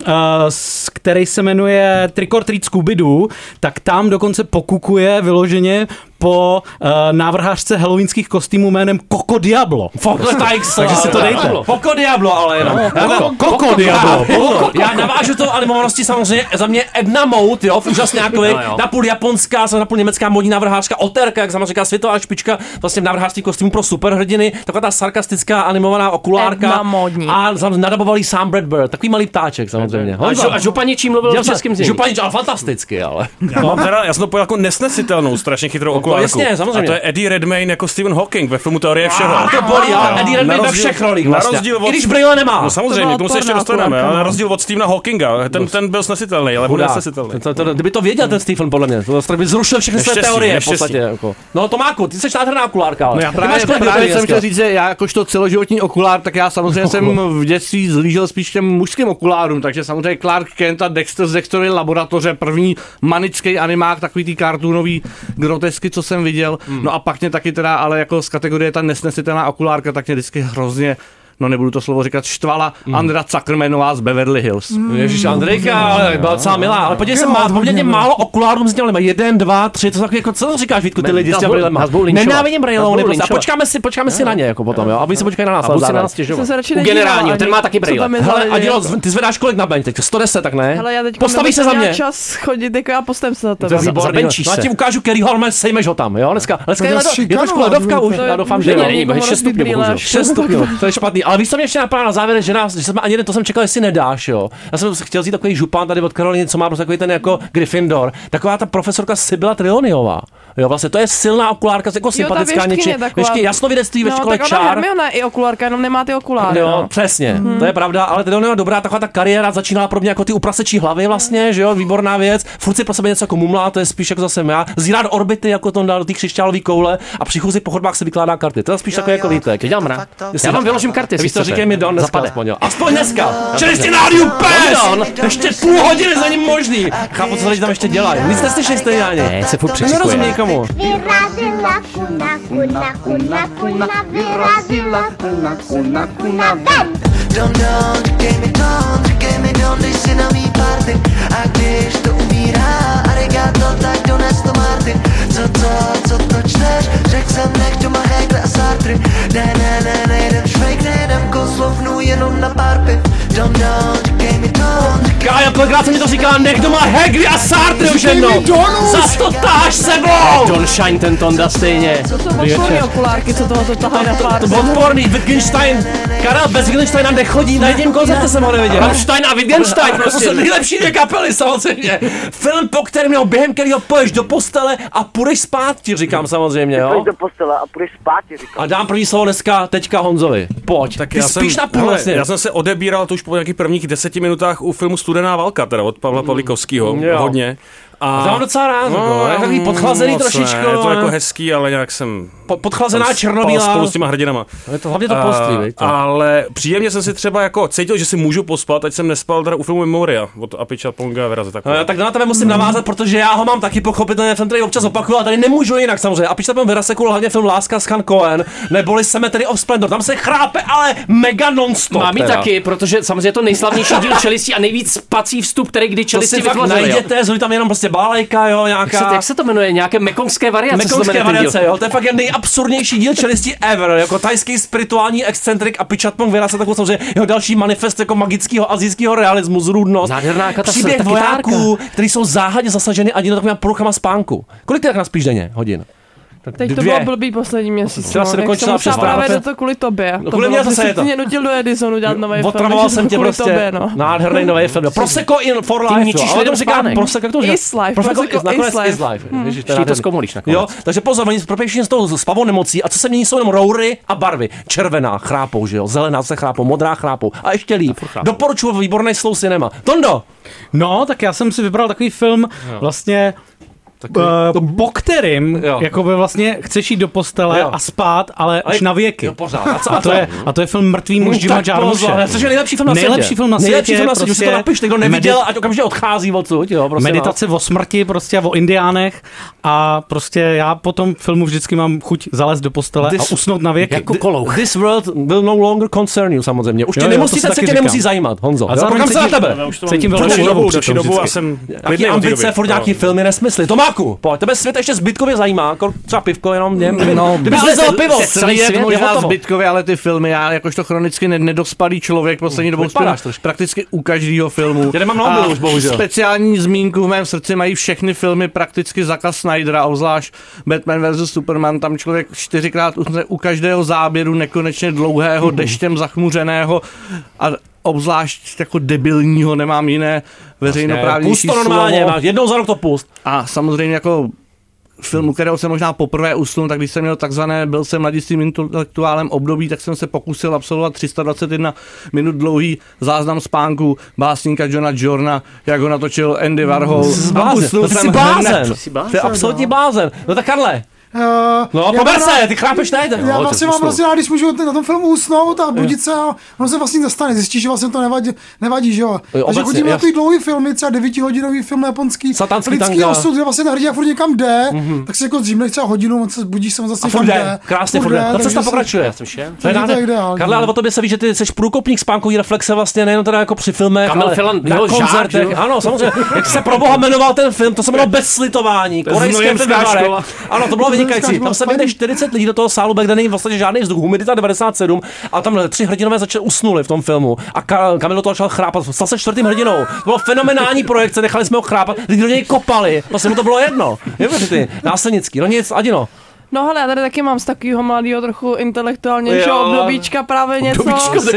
[SPEAKER 1] který se jmenuje Trick or Treat Scooby-Doo, tak tam dokonce pokukuje vyloženě po návrhářce halloweenských kostýmů jménem Coco Diablo. Takže si to dejte.
[SPEAKER 3] Coco Diablo, ale jenom.
[SPEAKER 1] Coco Diablo.
[SPEAKER 3] Já navážu to animovanosti samozřejmě za mě Edna Mode, jo, úžasně nějakový, napůl japonská, napůl německá modní návrhářka, Oterka, jak sama říká, světová špička, vlastně v návrhářství kostýmů pro superhrdiny, taková ta sarkastická animovaná okulárka.
[SPEAKER 12] Edna modní.
[SPEAKER 3] A nadaboval sám Brad Bird, takový malý ptáček samozřejmě.
[SPEAKER 11] A Županičí mluvil v českém znění.
[SPEAKER 3] Županič, ale fantasticky, ale.
[SPEAKER 15] Já jsem to pojel jako nesnesitelnou, strašně chytrou okulárku.
[SPEAKER 3] Jasně, samozřejmě.
[SPEAKER 15] A to je Eddie Redmayne jako Stephen Hawking ve filmu Teorie všeho.
[SPEAKER 3] A to bolí, ale Eddie Redmayne ve všech rolích vlastně. I když brýle nemá.
[SPEAKER 15] No samozřejmě, k tomu se ještě dostaneme, ale na rozdíl od Stephena Hawkinga, ten byl snesitelný, ale bude nesnesitelný.
[SPEAKER 3] Kdyby to věděl ten Stephen, podle mě, to by zrušil všechny své teorie v podstatě. No Tomáku, ty jsi nádherná okulárka, ale.
[SPEAKER 13] No já právě jsem chtěl říct, že já jakožto celoživotní okulár, tak já samozřejmě jsem v dětství zlížel spíš těm mužským okulárům, takže samozřejmě Clark Kent a Dexter z Dexterovy laboratoře, první manický animák, takový ty kartoonový grotesky, co jsem viděl. No a pak mě taky teda, ale jako z kategorie ta nesnesitelná okulárka, tak mě vždycky hrozně, no nebudu to slovo říkat, štvala Andra Zuckermanová z Beverly Hills.
[SPEAKER 3] Ježiš, Andrejka, ale byla docela milá, ale podívej se, má poměrně málo okulárů mezi těmi, 1, 2, 3, to jako, co to říkáš, Vítku, ty lidi s těmi brýlema? Nenávidím brýlony, prostě, a počkáme si na ně, jako potom, jo, a vy se počkají na nás, ale zároveň.
[SPEAKER 11] U generálního, ten má taky brýle.
[SPEAKER 3] Hele, a dělo, ty zvedáš kolik na bench, teď 110, tak ne?
[SPEAKER 12] Hele, já teď
[SPEAKER 3] postaví se za mě.
[SPEAKER 12] Čas chodit, jako já postavím se za tebe.
[SPEAKER 3] Zabenčíš se. Já ti ukážu, Kerryho, ale sejmeš ho tam, jo, dneska je trošku ledovka už, já doufám, že
[SPEAKER 11] není, 6 stupňů, bohužel.
[SPEAKER 3] 6 stupňů, to je špatný, ale víš, co mě ještě napadá na závěr, že jsme ani jeden, to jsem čekal, jestli nedáš, jo. Já jsem chtěl vzít takový župan tady od Karoliny, co má prostě takový ten jako Gryffindor. Taková ta profesorka Sibylla Trelawneyová. Jo, vlastně to je silná okulárka, jako sympatická něčí. Věšky jasnovidectví ve škole čár.
[SPEAKER 12] Hermiona je i okulárka, jenom nemá ty okuláry.
[SPEAKER 3] Jo, přesně. To je pravda, ale Trelawneyová dobrá, taková ta kariéra začínala pro mě jako ty uprasečí hlavy vlastně, že jo, výborná věc. Furt si pro sebe něco jako mumlá, to je spíš jako zase já. Zírá do orbity, jako to dal do té křišťálové koule a při chůzi po chodbách se vykládá karty. To je spíš takové jako Vítek.
[SPEAKER 11] Já vám vyložím karty,
[SPEAKER 3] víš to, říkej mi Don dneska aspoň dneska. Čelistě na rádiu pes! Ještě půl hodiny za ním možný. Chápu, co tady tam ještě dělají. Nic neslyšeli stejně ani.
[SPEAKER 11] Ne, se furt překřikuje.
[SPEAKER 3] Nerozumí nikomu.
[SPEAKER 4] Vyrazila kuna, vyrazila kuna, ven!
[SPEAKER 18] Don, říkej mi don, když si na mý party. A když to umírá arigato, tak dones to Martin. Co to čteš? Řekl jsem, nech doma Hegel a Sartre. Ne, nejdem švejk, nejdem koslovnu, jenom na pár piv. Don, říkej mi don.
[SPEAKER 3] Kájo, kolikrát jsem mi to říkala, nech doma Hegel a Sartre už jednou. Zas to táš sebou!
[SPEAKER 11] Don Shine ten Tonda stejně.
[SPEAKER 12] Co jsou odporný okulárky, co tohoto tahají na pár?
[SPEAKER 3] To odporný, Wittgenstein. Karel bez Wittgensteina nechodí, na jedním koncerte jsem ho neviděl.
[SPEAKER 11] Rammstein a Wittgenstein prostě.
[SPEAKER 3] To jsou nejlepší dvě kapely samozřejmě. Film, po kterém během kterého poješ do postele a půjdeš spát, ti říkám samozřejmě, jo.
[SPEAKER 19] Půjdeš do postele a půjdeš spát, ti říkám.
[SPEAKER 3] A dám první slovo dneska teďka Honzovi. Pojď.
[SPEAKER 15] Tak
[SPEAKER 3] ty spíš na půl vlastně.
[SPEAKER 15] Já jsem se odebíral to už po nějakých prvních 10 minutách u filmu Studená válka, teda od Pavla Pavlíkovského, hodně. A
[SPEAKER 3] to mám docela rád, je takový podchlazený trošičku.
[SPEAKER 15] Je to jako hezký, ale nějak jsem...
[SPEAKER 3] Podchlazená černobílá.
[SPEAKER 15] Spolu s těma hrdinama.
[SPEAKER 3] Je to hlavně to postlí, veď to.
[SPEAKER 15] Ale příjemně jsem si třeba jako cítil, že si můžu pospat, ať jsem nespal teda u filmu Memoria od Apiča Ponga Veraze.
[SPEAKER 3] Tak na tebe musím navázat, protože já ho mám taky pochopitelně, jsem tady občas opakuju, ale tady nemůžu jinak samozřejmě. Apiča Ponga Veraze hlavně film Láska s Han Cohen, neboli Cemetery of Splendor. Tam se chrápe, ale mega non-stop.
[SPEAKER 11] Mám ji taky, protože samozřejmě je to nejslavnější díl Čelistí a nejvíc spací vstup, který kdy Čelisti vytvořili.
[SPEAKER 3] Najděte, tam jenom prostě prostě balajka, jo, nějaká.
[SPEAKER 11] Jak se to jmenuje? Nějaké mekongské variace?
[SPEAKER 3] Mekongské variace, jo, to je fakt nejabsurdnější díl Čelisti ever, jako thajský spirituální excentrik a Pichapong vyrá se takovou samozřejmě jeho další manifest jako magického asijského realismu, zrůdnost.
[SPEAKER 11] Nádherná
[SPEAKER 3] příběh vojáků, kteří jsou záhadně zasaženi ani na takovými poruchama spánku. Kolik ty tak naspíš denně hodin?
[SPEAKER 12] Teď to bylo blbý poslední měsíc.
[SPEAKER 3] Třeba se dokončila
[SPEAKER 12] přes právě to kvůli tobě.
[SPEAKER 3] No, kvůli mě zase je to.
[SPEAKER 12] Mě nutil do Edisonu dělat nový film.
[SPEAKER 3] Otravoval jsem tě prostě.
[SPEAKER 12] Tobě, no.
[SPEAKER 3] Nádherný nový film. Prosecco in for life. Ale to říká Prosecco, jak to říká?
[SPEAKER 12] Is life.
[SPEAKER 3] Nakonec is life.
[SPEAKER 11] Všichni to zkomolíš nakonec.
[SPEAKER 3] Jo, takže pozor, oni propěší s pavou nemocí a co se mění jsou jenom roury a barvy. Červená chrápou, že jo, zelená se chrápou, modrá chrápou a ještě líp. Doporučuji výborný slow cinema. Tondo!
[SPEAKER 1] No, tak já jsem si vybral takový film vlastně po kterým jakoby vlastně chceš jít do postele a spát, ale už na věky.
[SPEAKER 3] Pořád.
[SPEAKER 1] A to je film Mrtvý muž Jima Jarmuše.
[SPEAKER 3] Což je nejlepší film na světě.
[SPEAKER 1] Nejlepší film na světě.
[SPEAKER 3] Nejlepší film na světě. Už si to napište, kdo neviděl, ať okamžitě odchází odsud.
[SPEAKER 1] Meditace o smrti prostě a o indiánech a prostě já po tom filmu vždycky mám chuť zalézt do postele a usnout na věky.
[SPEAKER 11] Jako kolouch.
[SPEAKER 3] This world will no longer concern you, samozřejmě. Už tě nemusí zajímat, Honzo.
[SPEAKER 1] A zároveň
[SPEAKER 3] se na tebe.
[SPEAKER 1] Cítím
[SPEAKER 15] další dobu a jsem
[SPEAKER 3] klidný ambice, furt nějaký filmy nesmysly. Tomáku, pojď, tebe svět ještě zbytkově zajímá, třeba pivko jenom něm. Kdyby jsi vzal pivo,
[SPEAKER 13] celý svět možná zbytkově, ale ty filmy, já jakožto chronicky nedospalý člověk poslední dobou prakticky u každého filmu.
[SPEAKER 3] Já nemám na už, bohužel.
[SPEAKER 13] Speciální zmínku v mém srdci mají všechny filmy prakticky Zacka Snydera, obzvlášť Batman vs. Superman, tam člověk 4krát u každého záběru nekonečně dlouhého, deštěm zachmuřeného a obzvlášť jako debilního, nemám jiné veřejnoprávnější slovo.
[SPEAKER 3] Pust to normálně, máš jednou za rok to pust.
[SPEAKER 13] A samozřejmě jako filmu, kterého jsem možná poprvé usnul, tak když jsem měl takzvané, byl jsem mladistým intelektuálem období, tak jsem se pokusil absolvovat 321 minut dlouhý záznam spánku básníka Johna Jorna, jak ho natočil Andy Warhol.
[SPEAKER 3] Jsi blázen. To je absolutní blázen. No tak Karle. No, pober se, ty chrápeš teď.
[SPEAKER 14] Já vlastně mám vlastně rád, když můžu na tom filmu usnout a budit se a ono se vlastně zastane, zjistíš, že vlastně to nevadí, že jo. Takže chodíme na ty dlouhý filmy, třeba 9hodinový film japonský, lidský osud, kde vlastně ten hrdina furt někam jde, tak si jako dřímneš třeba hodinu, on se budíš, se zase někam jde.
[SPEAKER 3] Krásně furt jde. Ta cesta pokračuje.
[SPEAKER 14] To je ideální.
[SPEAKER 3] Karle, ale o tobě se ví, že ty jsi průkopník spánkový reflexe vlastně nejen teda jako při filmech, ale na koncertech. Ano, samozřejmě. Jak se pro boha jmenoval ten film, to se jmenovalo Bez slitování. Korejské film. Ano, to bylo vynikající. Tam se vejde 40 lidí do toho sálu, kde není vlastně žádný vzduch, humidita 97 a tam 3 hrdinové usnuli v tom filmu a Kamil do toho začal chrápat, stal se 4. hrdinou. To bylo fenomenální projekce, nechali jsme ho chrápat, lidi do něj kopali, vlastně mu to bylo jedno. Ty násilnický, no nic, Adino.
[SPEAKER 12] No hele, já tady taky mám z takového mladého trochu intelektuálnějšího obdobíčka právě něco.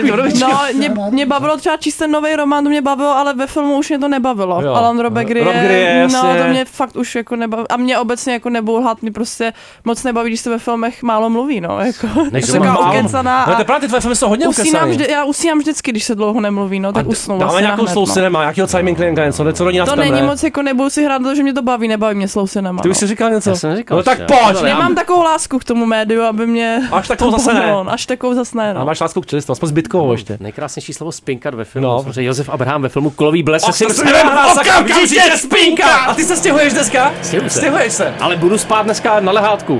[SPEAKER 12] No, mě bavilo třeba číst ten nový román, to mě bavilo, ale ve filmu už mě to nebavilo. Alan Robegrie, no to mě fakt už jako nebavilo. A mě obecně jako nebudu lhát, mě prostě moc nebaví, když se ve filmech málo mluví, no. Jako, jsem ukecaná.
[SPEAKER 3] Ale právě ty tvoje filmy jsou hodně ukecaný.
[SPEAKER 12] Já usínám vždycky, když se dlouho nemluví, no, tak usnu vlastně.
[SPEAKER 3] Dáme nějakou slow cinema, nějakého Simon Klienka, něco do ní
[SPEAKER 12] to není moc, jako nebudu si hrát, že mě to baví, nebaví mě slow cinema.
[SPEAKER 3] Ty už si říkal něco?
[SPEAKER 11] No
[SPEAKER 3] tak pojď.
[SPEAKER 12] Nemám takovou lásku k tomu médiu, aby mě
[SPEAKER 3] až takovou zase ne.
[SPEAKER 12] Až takovou zase ne.
[SPEAKER 3] A máš lásku k čelistu, aspoň zbytkovou ještě.
[SPEAKER 11] Nejkrásnější slovo spinkat ve filmu. No. Samozřejmě Josef Abraham ve filmu Kulový blesk.
[SPEAKER 3] Okamžitě spinka! A ty se stěhuješ dneska? Stěhuješ se.
[SPEAKER 11] Ale budu spát dneska na lehátku.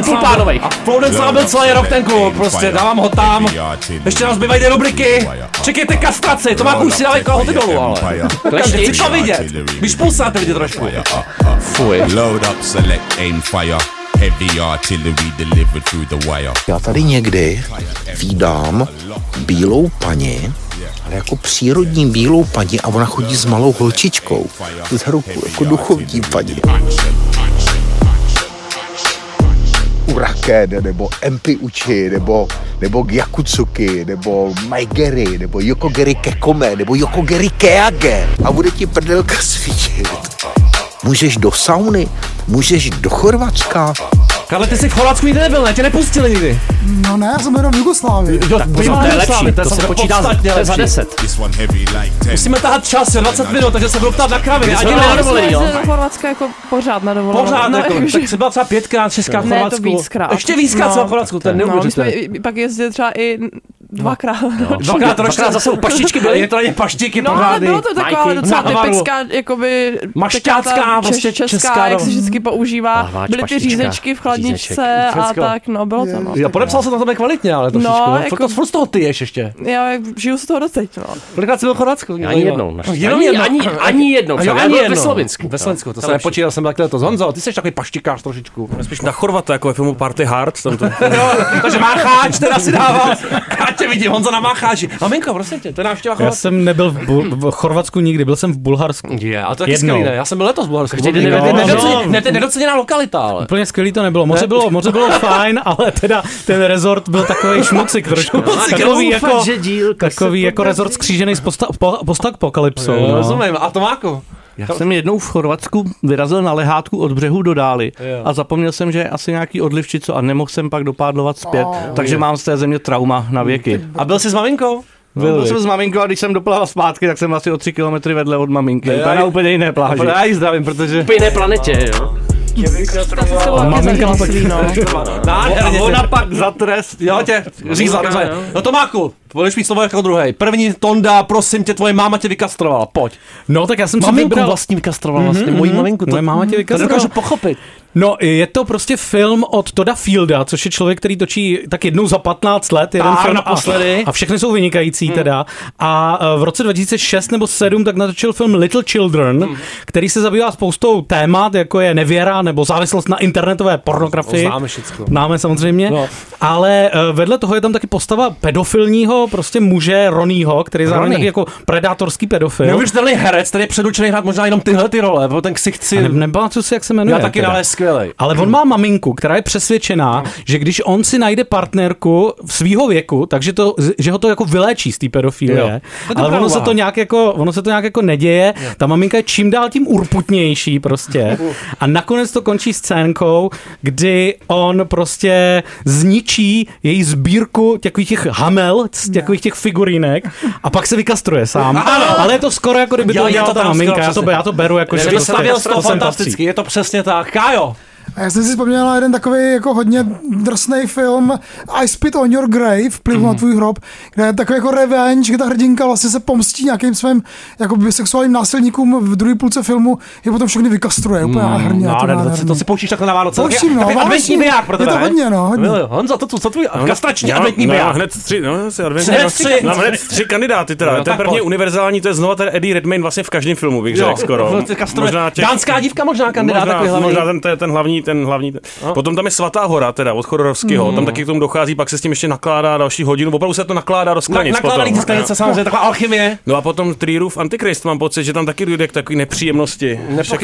[SPEAKER 3] Flowdance má byl celý rok ten klub, prostě dávám ho tam. Ještě nám zbývají 2 rubriky. Čekejte kastraci, to má už si dávají kalhoty dolů, ale. Chci to vidět. Když pulsáte vidět trošku. Fuj.
[SPEAKER 20] Já tady někdy vídám bílou paní, ale jako přírodní bílou paní a ona chodí s malou holčičkou za ruku, jako duchovní paní. Uraken, nebo Empi Uchi, nebo Gyakutsuki, nebo Maigeri, nebo Yokogeri Kekome, nebo Yokogeri Keage. A bude ti prdelka svítit. Můžeš do sauny, můžeš do Chorvatska.
[SPEAKER 3] Karle, ty jsi v Chorvatsku nikdy nebyl, ne? Tě nepustili nikdy.
[SPEAKER 14] No ne, já jsem jenom v Jugoslávii.
[SPEAKER 11] Tak to je lepší, to se počítá za 10.
[SPEAKER 3] Musíme tahat čas, 20 minut, takže se budu ptát na kraviny.
[SPEAKER 12] Ani na dovolený, jo? Do Chorvatska jako pořád na dovolený.
[SPEAKER 3] Pořád, no, jako, tak jsi byla třeba 5krát, 6krát v Chorvatsku.
[SPEAKER 12] Ne, to víckrát.
[SPEAKER 3] Ještě víckrát v Chorvatsku, to je neuvěřitelné.
[SPEAKER 12] My jsme pak jezdili třeba i Dvakrát
[SPEAKER 3] zase paštičky byly. Je to na ně paštiky pořádný.
[SPEAKER 12] Ale bylo to taková docela typická, jakoby
[SPEAKER 3] mašťácká, prostě
[SPEAKER 12] česká, jak se vždycky používá. Byly ty řízečky v chladničce a tak, no bylo to.
[SPEAKER 3] Já podepsal se na tebe kvalitně, ale trošičku. No, jako furt z toho ty ješ ještě.
[SPEAKER 12] Já žiju z toho doteď, no.
[SPEAKER 3] Kolikrát jsi byl v Chorvatsku?
[SPEAKER 11] Ani jednou.
[SPEAKER 3] Ani jednou.
[SPEAKER 11] Ve Slovinsku.
[SPEAKER 3] Ve Slovensku, to jsem nepočítal, jsem takhle to. Honzo, ty jsi takový paštikář trošičku.
[SPEAKER 15] Spíš na Chorvata, jako ve filmu Party Hard.
[SPEAKER 3] Takže mácháč, teda si dával. Já tě vidím, Honza na mácháči. Maminko, prosím tě, to je návštěva Chorvatska.
[SPEAKER 1] Já jsem nebyl v Chorvatsku nikdy, byl jsem v Bulharsku.
[SPEAKER 3] A to je skvělý, ne? Já jsem byl letos v Bulharsku. Nedoceněná lokalita, ale.
[SPEAKER 1] Úplně skvělý to nebylo. Moře bylo fajn, ale teda ten rezort byl takový šmucik trošku. Takový jako rezort skřížený s postapokalypsou.
[SPEAKER 3] Rozumím. A Tomáku?
[SPEAKER 13] Já jsem jednou v Chorvatsku vyrazil na lehátku od břehu do dály a zapomněl jsem, že je asi nějaký odlivčico a nemohl jsem pak dopádlovat zpět, takže mám z té země trauma na věky.
[SPEAKER 3] A byl jsi s maminkou?
[SPEAKER 13] Byl jsem s maminkou a když jsem doplaval zpátky, tak jsem asi o 3 kilometry vedle od maminky. Na úplně jiné pláži.
[SPEAKER 3] Já ji zdravím, protože...
[SPEAKER 11] Úplně jiné planetě, jo?
[SPEAKER 1] Maminka má taky, no.
[SPEAKER 3] A ona pak za trest, jo, tě řízla. No Tomáku, budeš mít slovo jako druhej. První, Tonda, prosím tě, tvoje máma tě vykastrovala, pojď.
[SPEAKER 1] No tak já jsem
[SPEAKER 3] maminku si vybral... vlastní vykastrovala vlastně, mojí maminku.
[SPEAKER 1] Moje máma tě vykastrovala.
[SPEAKER 3] To dokážu pochopit.
[SPEAKER 1] No, je to prostě film od Todda Fielda, což je člověk, který točí tak jednou za 15 let jeden film
[SPEAKER 3] naposledy.
[SPEAKER 1] A všechny jsou vynikající teda. A v roce 2006 nebo 2007 tak natočil film Little Children, který se zabývá spoustou témat, jako je nevěra nebo závislost na internetové pornografii.
[SPEAKER 3] Známe všechno.
[SPEAKER 1] Známe samozřejmě. No. Ale vedle toho je tam taky postava pedofilního prostě muže Ronnieho, který je zároveň taky jako predátorský pedofil.
[SPEAKER 3] Neuvěřitelný herec, který je předurčený hrát možná jenom tyhle ty role, protože ten ksicht si...
[SPEAKER 1] Nepamatuji si, jak se jmenuje.
[SPEAKER 3] Já taky skvělej.
[SPEAKER 1] Ale on má maminku, která je přesvědčená, že když on si najde partnerku v svýho věku, takže že ho to jako vyléčí z té pedofilie. Ale ono se to nějak jako neděje. Ta maminka je čím dál tím urputnější prostě. A nakonec to končí scénkou, kdy on prostě zničí její sbírku takových těch hamel, takových těch figurínek a pak se vykastruje sám. Ale je to skoro jako kdyby to dělala ta maminka. Já to beru jako, že
[SPEAKER 3] to fantasticky. Je to přesně tak. Kájo!
[SPEAKER 14] A já jsem si vzpomněl na jeden takový jako hodně drsný film I Spit on Your Grave, Plivu na tvůj hrob, kde je takový jako revenge, kde ta hrdinka vlastně se pomstí nějakým svým jako sexuálním násilníkům v druhé půlce filmu, je potom všechny vykastruje, úplně nádherně.
[SPEAKER 3] To si poučíš takhle na Vánoce.
[SPEAKER 14] Pouštím, no.
[SPEAKER 3] Adventní biják pro tebe.
[SPEAKER 14] Je to hodně, no. Hodně.
[SPEAKER 3] Honzo, co tvůj kastrační adventní biják?
[SPEAKER 15] Hned tři kandidáty teda. Ten první univerzální, to je znova ten Eddie Redmayne vlastně v každém filmu, bych řekl skoro.
[SPEAKER 3] Dánská dívka možná kandidát takový hlavní.
[SPEAKER 15] Možná ten hlavní. Potom tam je Svatá hora, teda od Chodorovského. Tam taky k tomu dochází, pak se s tím ještě nakládá další hodinu. Opravdu se to nakládá do sklenic.
[SPEAKER 3] Nakládaný sklenice, samozřejmě, taková alchymie.
[SPEAKER 15] No a potom Trierův Antikrist, mám pocit, že tam taky dojde k takové nepříjemnosti.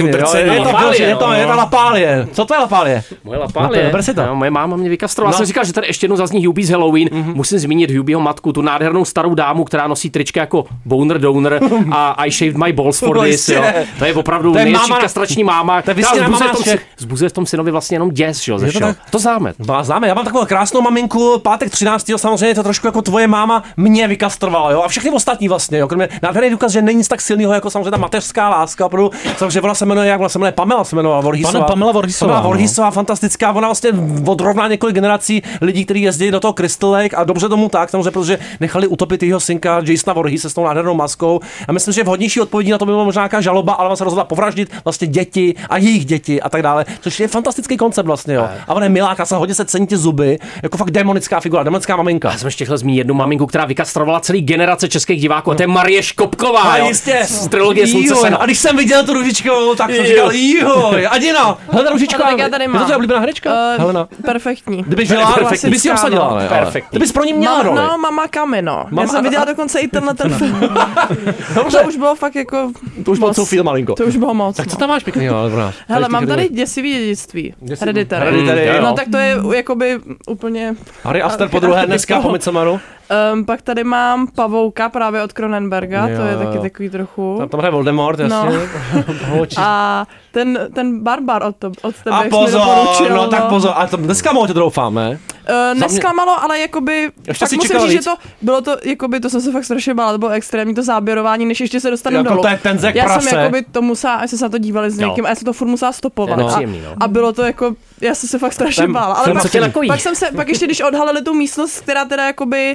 [SPEAKER 3] Je to lapálie. Co to je lapálie?
[SPEAKER 11] Moje lapálie. Moje máma mě vykastrovala. Já jsem říkal, že tady ještě jednou zazní Hubie's Halloween. Musím zmínit Hubieho matku, tu nádhernou starou dámu, která nosí trička jako Boner Donor a I shaved my balls for this. To je opravdu největší kastrační máma. Zbuzuje v tom synovi vlastně jenom děs, jo, to známe.
[SPEAKER 3] Známe, já mám takovou krásnou maminku, pátek 13. samozřejmě to trošku jako tvoje máma mě vykastrovala, jo, a všechny ostatní vlastně, jo, kromě nádherný důkaz, že není nic tak silného jako samozřejmě ta mateřská láska, opravdu, samozřejmě ona se jmenuje Pamela se jmenovala Vorhisová.
[SPEAKER 1] Pamela
[SPEAKER 3] Vorhisová, fantastická, ona vlastně odrovná několik generací lidí, kteří jezdí do toho Crystal Lake a dobře tomu tak, samozřejmě, protože nechali utopit jeho synka Jasona Voorheese s tou nádhernou maskou. A myslím, že vhodnější odpovědí na to by byla možná nějaká žaloba, ale ona se rozhodla povraždit vlastně děti a jejich děti a tak dále, což je fantastický koncept vlastně, jo. A ona je milá, se hodně se cení ty zuby, jako fakt démonická figura, démonická maminka.
[SPEAKER 11] Já jsem ještě chtěl zmínit jednu maminku, která vykastrovala celý generace českých diváků, a to je Marie Škopková, jo.
[SPEAKER 3] Jistě.
[SPEAKER 11] Z trilogie Slunce sena.
[SPEAKER 3] A když jsem viděl tu Růžičkovou, tak jsem říkal, Adina, Helena Růžičková.
[SPEAKER 12] Je to
[SPEAKER 3] tvoje oblíbená herečka?
[SPEAKER 12] Helena. Perfektní.
[SPEAKER 3] Kdyby si ji obsadila,
[SPEAKER 11] perfektní.
[SPEAKER 3] Kdybys pro ní měla roli.
[SPEAKER 12] No, Mama Kamino. Já jsem viděla dokonce i tenhle ten film. To už bylo fakt jako
[SPEAKER 3] to už bylo celý film malinko.
[SPEAKER 12] To už bylo moc.
[SPEAKER 3] Tak co tam máš pěkný,
[SPEAKER 12] hele, mám tady děsivý dědictví. Hereditary. No tak to je jakoby úplně...
[SPEAKER 3] Harry Aster po druhé dneska po Midsommaru.
[SPEAKER 12] Pak tady mám Pavouka právě od Cronenberga, to je taky takový trochu...
[SPEAKER 3] Tam hraje Voldemort, jasně.
[SPEAKER 12] No. A ten Barbar od tebe,
[SPEAKER 3] a pozor, no tak pozor, a to dneska to doufám, ne?
[SPEAKER 12] Nesklamalo, ale jakoby... Tak musím říct, že to bylo to, jakoby, to jsem se fakt strašně bála, to bylo extrémní to záběrování, než ještě se dostanu dolů. Já jsem jakoby to musela, se na to dívali s někým a já jsem to furt musela stopovat. A bylo to jako, já jsem se fakt strašně bála. Ale pak ještě když odhalili tu místnost, která teda jakoby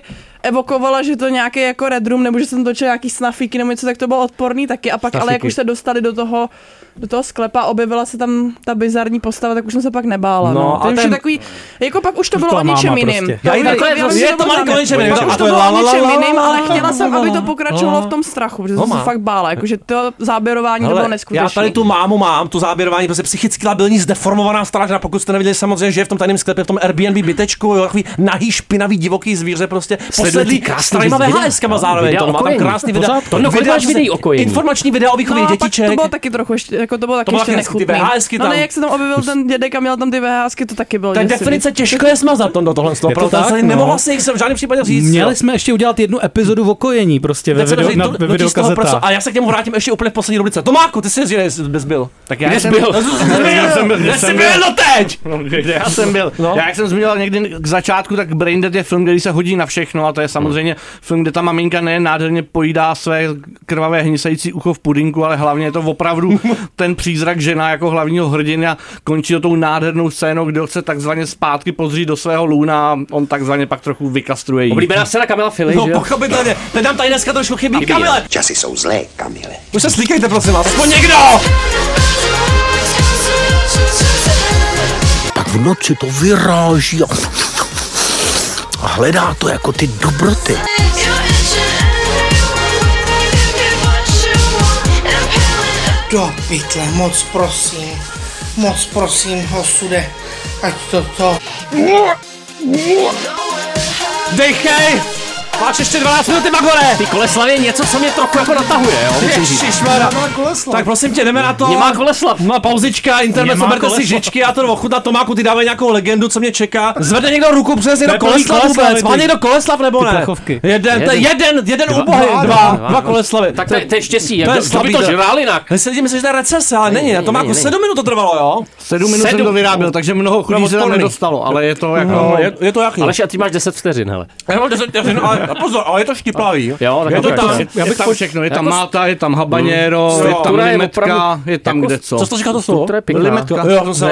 [SPEAKER 12] evokovala, že to nějaký jako Red Room, nebo že jsem točil nějaký snafíky nebo něco, tak to bylo odporný taky. A pak, snafíky. Ale jak už se dostali do toho sklepa, objevila se tam ta bizarní postava, tak už jsem se pak nebála. No. To je takový, jako pak už to bylo o ničem jiným.
[SPEAKER 3] Je to malinko o ničem jiným.
[SPEAKER 12] Už to bylo o ničem jiným, ale chtěla jsem, aby to pokračovalo v tom strachu, protože jsem se fakt bála, jakože to záběrování to bylo neskutečné.
[SPEAKER 3] Já tady tu mámu mám, tu záběrování, protože psychicky labilní, zdeformovaná stará žena, pokud jste neviděli samozřejmě, že je v tom tajném sklepě, v tom Airbnb bytečku, takový nahý, špinavý, divoký zvíře, prostě poslední s starýma VHS-kama zároveň. To má tam krásný videa. Informační videa o výchově dětiček.
[SPEAKER 12] To bylo taky trochu jako to bylo taky ještě nechutný. No ne, jak se tam objevil ten dědek a měl tam ty VHSky, to taky bylo.
[SPEAKER 3] Ta definice těžko je smazat tohle z toho, protože nemohla si jich v žádném případě říct.
[SPEAKER 1] Měli jsme ještě udělat jednu epizodu o kojení prostě ve videokazetách.
[SPEAKER 3] A já se k němu vrátím ještě úplně v poslední rubrice. Tomáku, ty jsi bys byl.
[SPEAKER 13] Tak já jsem
[SPEAKER 3] byl. Jsi byl doteď.
[SPEAKER 13] Já jsem byl. Já jak jsem zmiňoval někdy k začátku, tak Braindead je film, který se hodí na všechno a to je samozřejmě film, kde ta maminka nejen nádherně pojídá své krvavé hnisající ucho v pudinku, ale hlavně je to opravdu ten přízrak žena jako hlavního hrdina, končí to tou nádhernou scénou, kde se takzvaně zpátky pozří do svého lůna a on takzvaně pak trochu vykastruje jí.
[SPEAKER 11] Oblíbená scéna Kamila Fili, že jo?
[SPEAKER 3] No pochopitelně, teď nám tady dneska trošku chybí. Kamile!
[SPEAKER 20] Časy jsou zlé, Kamile.
[SPEAKER 3] Už se slíkejte, prosím vás, aspoň někdo!
[SPEAKER 20] Pak v noci to vyráží a hledá to jako ty dobroty.
[SPEAKER 6] Do pytle, moc prosím, osude, ať to.
[SPEAKER 3] Dejchej! Máš ještě 12 minut, Magore!
[SPEAKER 11] Ty Koleslav je něco, co mě trochu jako natahuje, jo?
[SPEAKER 3] Ježišmarja. Tak prosím tě, jdeme na to.
[SPEAKER 11] Nemá Koleslav.
[SPEAKER 3] No pauzička, internet, soberte si žičky, já to ochutnat. Tomáku, ty dávaj nějakou legendu, co mě čeká. Zvedne někdo ruku, přes někdo Koleslav vůbec. Má někdo Koleslav nebo ne? Jeden úbohy, dva Koleslavy.
[SPEAKER 11] Tak to je štěstí, jak by to žrál jinak.
[SPEAKER 3] Myslíš, že to je recese, ale není. Tomáku, 7 minut to trvalo, jo?
[SPEAKER 13] 7 minut jsem to vyráběl, takže mnoho chudí se tam nedostalo, ale je to jako...
[SPEAKER 3] Je to jaký?
[SPEAKER 11] Aleš, a ty máš 10 vteřin, hele.
[SPEAKER 3] Já mám 10 vteřin, pozor, ale je to štiplavý.
[SPEAKER 11] Jo,
[SPEAKER 3] je to tam.
[SPEAKER 13] Já bych to všechno, je tam máta, je tam habanero, je tam limetka, je tam kde co.
[SPEAKER 3] Co jsi to říkal to slovo?
[SPEAKER 13] Limetka.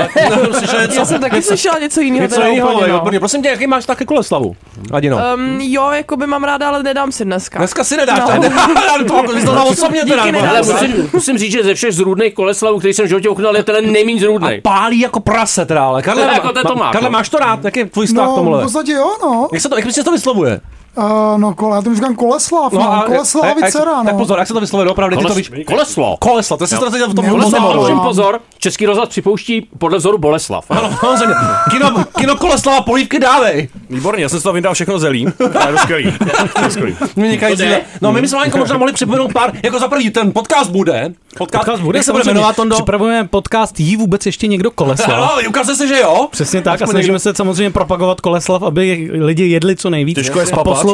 [SPEAKER 12] Já jsem taky slyšela něco jiného.
[SPEAKER 3] Něco jiného, prosím tě, jaký máš taky Koleslavu? Adino.
[SPEAKER 12] Jo, jako by mám ráda, ale nedám si dneska.
[SPEAKER 3] Dneska si nedáš, to osobně teda.
[SPEAKER 11] Ale musím říct, že ze všech zrůdných Koleslavů, který jsem v životě ochutnal, je ten nejméně zrůdnej.
[SPEAKER 3] A pálí jako prase teda, ale Karle, máš to rád? Jak je tvůj vztah k tomuhle?
[SPEAKER 14] No, v podstatě jo, no.
[SPEAKER 3] Jak se to vyslovuje?
[SPEAKER 14] Já tomu říkám Koleslav, Koleslavice,
[SPEAKER 3] Tak pozor, jak se to vyslovuje, opravdu?
[SPEAKER 11] Koleslo.
[SPEAKER 3] Koleslav, to jsi to v tom
[SPEAKER 11] Prosím pozor, Český rozhlas připouští podle vzoru Boleslav.
[SPEAKER 3] Ano, samozřejmě. Kino Koleslava, polívky dávej.
[SPEAKER 15] Výborně, já jsem si to vydal všechno zelí. To je skvělý.
[SPEAKER 3] No, my jsme Láňko možná mohli připomenout pár, jako za první, ten podcast bude.
[SPEAKER 1] Jak se bude jmenovat, Tondo? Připravujeme podcast Jí vůbec ještě někdo Koleslav.
[SPEAKER 3] No, ukazuje se, že jo.
[SPEAKER 1] Přesně tak a snažíme se samozřejmě propagovat Koleslav, aby lidi jedli co nejvíc.
[SPEAKER 15] Těžko je spapat.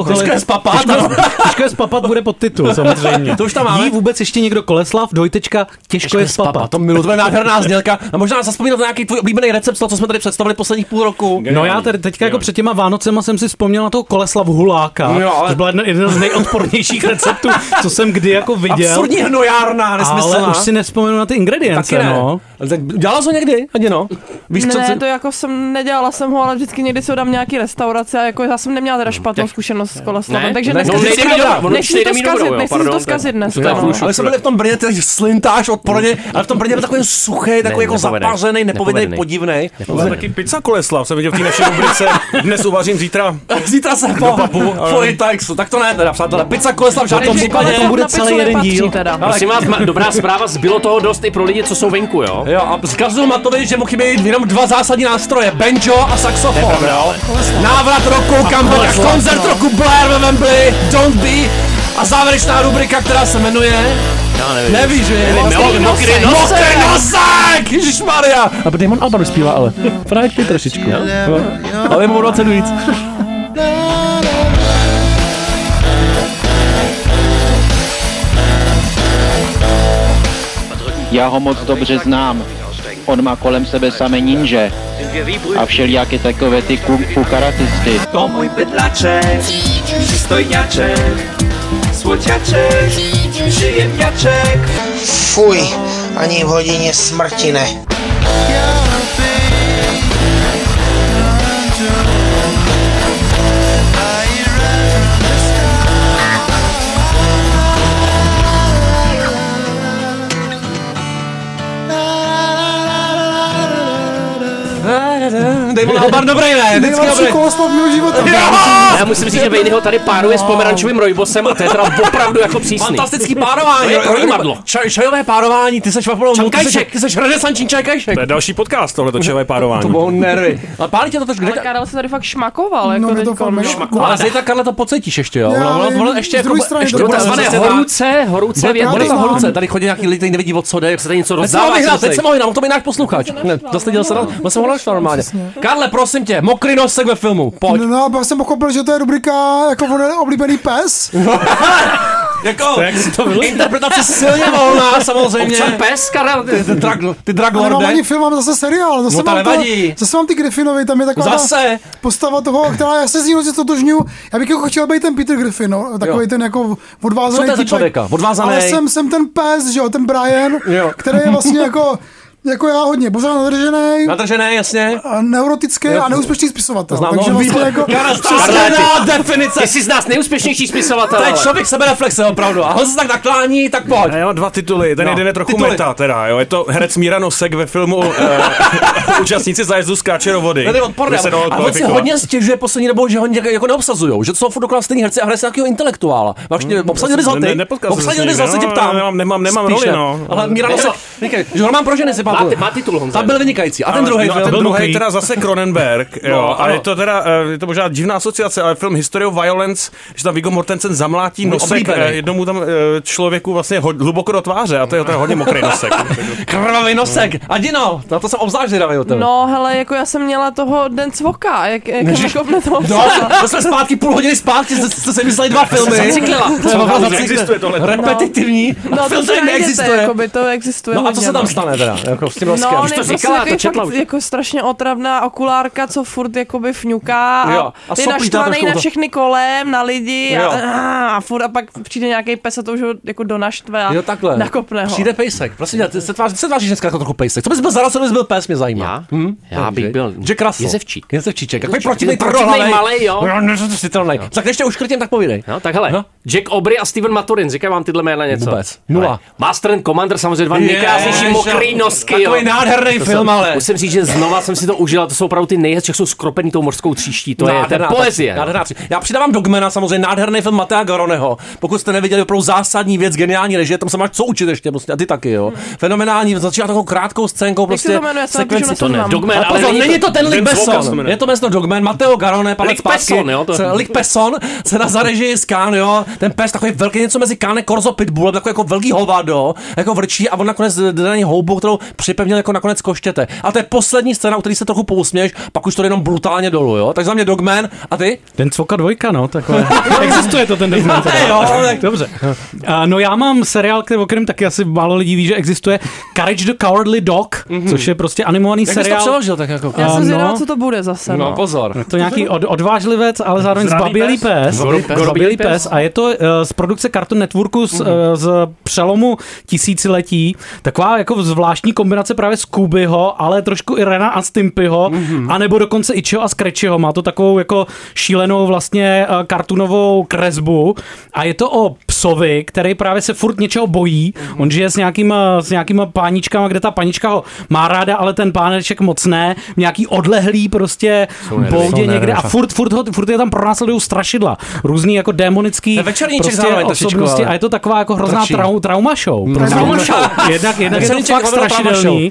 [SPEAKER 1] Těžko je spapat bude podtitul, samozřejmě.
[SPEAKER 3] To už tam máme.
[SPEAKER 1] Jí vůbec ještě někdo Koleslav, dvojtečka, těžko je spapat.
[SPEAKER 3] To milu, to je nádherná znělka. A možná zaspomínat na nějaký tvůj oblíbený recept, co jsme tady představili posledních půl roku.
[SPEAKER 1] No já tady teďka jako před těma Vánocema jsem si vzpomněl na toho Koleslav Huláka. To byl jeden z nejodpornějších receptů, co jsem kdy jako viděl.
[SPEAKER 3] Absurdní hnojárna, nesmyslná.
[SPEAKER 1] Ale už si nevzpomenu na ty ingredience, no.
[SPEAKER 3] Dělala jsi někdy, Adino?
[SPEAKER 12] Víš, ne, to jako jsem nedělala jsem ho, ale vždycky někdy si ho dám nějaký restaurace a jako já jsem neměla teda špatnou zkušenost s Koleslavem, takže nechci to zkazit dnes.
[SPEAKER 3] Ale jsme byli v tom Brně, ty slintáš odporně, ale v tom Brně byl takový suchý, takový jako zapařený, nepovedený, podivnej.
[SPEAKER 15] Taky pizza Koleslav, jsem viděl v té naší rubrice, dnes uvařím, zítra se
[SPEAKER 3] do papu. Tak to ne teda, přátelé, pizza Koleslav v žádném případě.
[SPEAKER 1] To bude celý jeden díl.
[SPEAKER 11] Prosím vás, dobrá zpráva, zbylo toho dost i pro lidi, co jsou venku, jo?
[SPEAKER 3] Jo, a zkazuju Matovi, že mu chybí jenom 2 zásadní nástroje, banjo a saxofon, jo? Návrat roku, comeback, koncert roku Blair ve Wembley, Don't Be a závěrečná rubrika, která se jmenuje...
[SPEAKER 11] Já nevím.
[SPEAKER 3] Nevíš, že?
[SPEAKER 11] Mokrý
[SPEAKER 3] nosák! Ježišmarja! A Damon Albarn zpívá, ale Frank ty trošičku. Ale mu 20 víc.
[SPEAKER 21] Já ho moc dobře znám. On má kolem sebe samé ninže a všelijaké takové ty kung fu karatisty.
[SPEAKER 22] To můj bydlaček, přistojňaček, słodziaczek, przyjemniaczek.
[SPEAKER 6] Fuj, ani v hodině smrti ne.
[SPEAKER 3] Damon Albarn dobrý, ne?
[SPEAKER 14] Nejlepší koloslov mého života.
[SPEAKER 11] Já musím říct, že Vejny ho tady páruje s pomerančovým rojbosem a to je teda opravdu jako přísný.
[SPEAKER 3] Fantastický párování. Čajové párování, ty seš ty seš renesanční čajkajšek.
[SPEAKER 15] To je další podcast, tohleto čajové párování.
[SPEAKER 3] To bylo nervy. Ale pálí tě to trošku.
[SPEAKER 12] Ale Karel se tady fakt šmakoval. Jako
[SPEAKER 3] ale zítra, Karle, to pocítíš ještě, jo? Ono ještě jako
[SPEAKER 11] horouce věty.
[SPEAKER 3] Tady chodí nějaký lidi, který nevidí, o co jde, jak se tady něco rozdává. Teď se mohl vyhnat, to by náš posluchač. Dostyděl se on se mohl normálně. Karle, prosím tě, mokrý nosek ve filmu, pojď.
[SPEAKER 14] No, já jsem pochopil, že to je rubrika jako oblíbený pes.
[SPEAKER 3] Jako, interpretace silně volná, samozřejmě.
[SPEAKER 11] Občan pes, Karel.
[SPEAKER 3] Ty draglorde.
[SPEAKER 14] Mám ani film, mám zase seriál. Zase mám ty Griffinovi, tam je taková postava toho, která já se z ní hrozně stotožňuju. Já bych jako chtěl být ten Peter Griffin, no, takový ten jako odvázaný
[SPEAKER 3] typek. Co to je za člověka? Odvázaný.
[SPEAKER 14] Ale jsem ten pes, že jo, ten Brian, který je vlastně jako já hodně, pořád nadržený,
[SPEAKER 3] jasně.
[SPEAKER 14] A neurotický a neúspěšný spisovatel. Takže
[SPEAKER 3] vlastně jako definice.
[SPEAKER 11] Ty jsi z nás nejúspěšnější spisovatel.
[SPEAKER 3] To je člověk sebereflexe, opravdu. A on se tak naklání, tak pojď.
[SPEAKER 15] Já mám 2 tituly, ten jeden je trochu meta teda, jo. Je to herec Míra Nosek ve filmu Účastníci zájezdu skáče do vody.
[SPEAKER 3] A on si hodně stěžuje poslední dobou, že ho jako neobsazujou, že to jsou furt dokonale stejný herci a hraje se nějakého intelektuála. Vlastně obsadil bys ho ty? Obsadil bys ho, se tě ptám.
[SPEAKER 15] Nemám roli, no.
[SPEAKER 3] Ale Míra Nosek, že ho mám pro ženy si
[SPEAKER 11] má titul, Honza.
[SPEAKER 3] Tam byl vynikající. A ten druhý film?
[SPEAKER 15] Ten druhý teda zase Cronenberg, jo. A je to teda, je to možná divná asociace, ale film History of Violence, že tam Viggo Mortensen zamlátí nosek jednomu tam člověku vlastně hluboko do tváře a to je teda hodně mokrý nosek.
[SPEAKER 3] Krvavý nosek. A Dino, na to jsem obzvlášť zvědavý o tebe.
[SPEAKER 12] No, hele, jako já jsem měla toho Den cvoka, jak nakopne toho
[SPEAKER 3] psa. To jsme zpátky půl hodiny zpátky, jste se mysleli 2 filmy.
[SPEAKER 11] Zacyklila.
[SPEAKER 15] Existuje tohle.
[SPEAKER 3] Repetitivní.
[SPEAKER 12] No,
[SPEAKER 3] film
[SPEAKER 12] to neexistuje. To existuje.
[SPEAKER 3] No a co se tam stane teda? Jako s tím noskem.
[SPEAKER 12] No, to říkala, to četla už. Jako strašně otravná okulárka, co furt jakoby fňuká a je naštvaný na všechny kolem, na lidi a furt a pak přijde nějaký pes a to už ho jako donaštve a nakopne ho.
[SPEAKER 3] Přijde pejsek. Prosím tě, se tváříš dneska jako trochu pejsek. Co bys byl zaraz, co bys byl pes, mě zajímá.
[SPEAKER 11] Já bych byl
[SPEAKER 3] Jack Russell.
[SPEAKER 11] Jezevčíček.
[SPEAKER 3] Takový protivnej
[SPEAKER 11] malej, jo.
[SPEAKER 3] Tak ještě uškrtím, tak povídej.
[SPEAKER 11] No, tak hele. Jack Aubrey a Steven Maturin, říkají vám tyhle jména něco?
[SPEAKER 3] Vůbec. 0.
[SPEAKER 11] Master and Commander, samozřejmě 2 nejkrásnější mokrý nosky, jo.
[SPEAKER 3] Takový nádherný film, ale.
[SPEAKER 11] Musím říct, že znova jsem si to užil, to jsou opravdu ty nejhezčí, jsou skropený tou mořskou tříští, to je poezie.
[SPEAKER 3] Já přidávám Dogmana, samozřejmě nádherný film Mattea Garoneho. Pokud jste neviděli opravdu zásadní věc, geniální režie, tam se máš co učit ještě, prostě, a ty taky, jo. Fenomenální, začíná takovou krátkou scénkou, prostě sekvenci.
[SPEAKER 11] To ne, Dogman,
[SPEAKER 3] ale není to ten Luc Besson. Je to jméno Dogman, Matteo Garone, Luc Besson, se na zarežii z Cannes, jo. Ten pes takový velký, něco mezi Cannes, Corso, Pitbull, takový jako velký hovado, jako vrčí a on nakonec jde na něj houbou, kterou připevnil jako nakonec koštěte. A to je poslední scéna, u který se trochu pousměješ, pak už to jenom brutálně dolů, jo. Takže za mě Dogman a ty?
[SPEAKER 1] Den Cvoka 2, no, takhle. Existuje to ten Dogman. Dobře. No já mám seriál, o kterém taky asi málo lidí ví, že existuje, Courage the Cowardly Dog, což je prostě animovaný seriál.
[SPEAKER 3] Jak jsi to přeložil tak jako?
[SPEAKER 12] Já jsem zvědavá, co to bude zase.
[SPEAKER 3] No pozor.
[SPEAKER 1] To nějaký odvážlivec, ale zároveň zbabělý pes. Zbabělý pes a je to z produkce Cartoon Networku z přelomu tisíciletí. Taková jako zvláštní kombinace právě Scoobyho, ale trošku i Rena a Stimpyho, anebo dokonce Itchyho a Scratchyho. Má to takovou jako šílenou vlastně kartunovou kresbu a je to o psovi, který právě se furt něčeho bojí. On žije s nějakýma páničkama, kde ta panička ho má ráda, ale ten páneček moc ne. Nějaký odlehlý prostě boudě někde a furt je tam pronásledují strašidla. Různý jako démonický prostě osobnosti a je to taková jako hrozná trauma show. Jednak je to fakt strašidelný.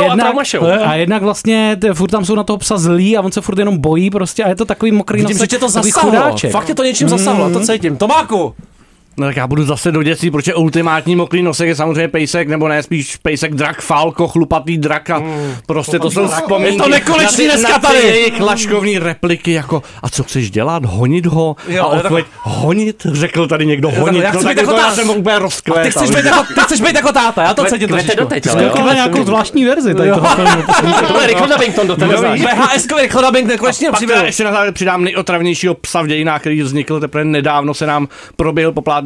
[SPEAKER 1] A jednak vlastně furt tam jsou na toho psa zlí a on se furt jenom bojí prostě a je to takový mokrý nosek.
[SPEAKER 3] Vidím, že tě to zasáhlo. Fakt tě to něčím zasáhlo, to cítím. Tomáku!
[SPEAKER 13] No tak já budu zase do dětství, protože ultimátní mokrý nosek je samozřejmě pejsek, nebo ne, spíš pejsek drak, Falko, chlupatý drak a prostě to jsou vzpomínky.
[SPEAKER 3] Je to nekonečný dneska tady.
[SPEAKER 13] Jejich laškovní repliky jako, a co chceš dělat, honit ho?
[SPEAKER 3] Jo,
[SPEAKER 13] a odpověď, honit, řekl tady někdo honit.
[SPEAKER 3] Já jsem úplně rozkvět. Ty chceš být jako táta, já to cítím trošičku.
[SPEAKER 1] Skvěle nějakou zvláštní verzi tady toho filmu.
[SPEAKER 11] To je Rickle Dubbington do tebe znáš.
[SPEAKER 3] VHS-kový Rickle Dubbington nekonečně přibyl.
[SPEAKER 13] Ještě na závěr přidám nejotravnějšího psa v dějinách, který vznikl teprve nedávno, se nám proběhl po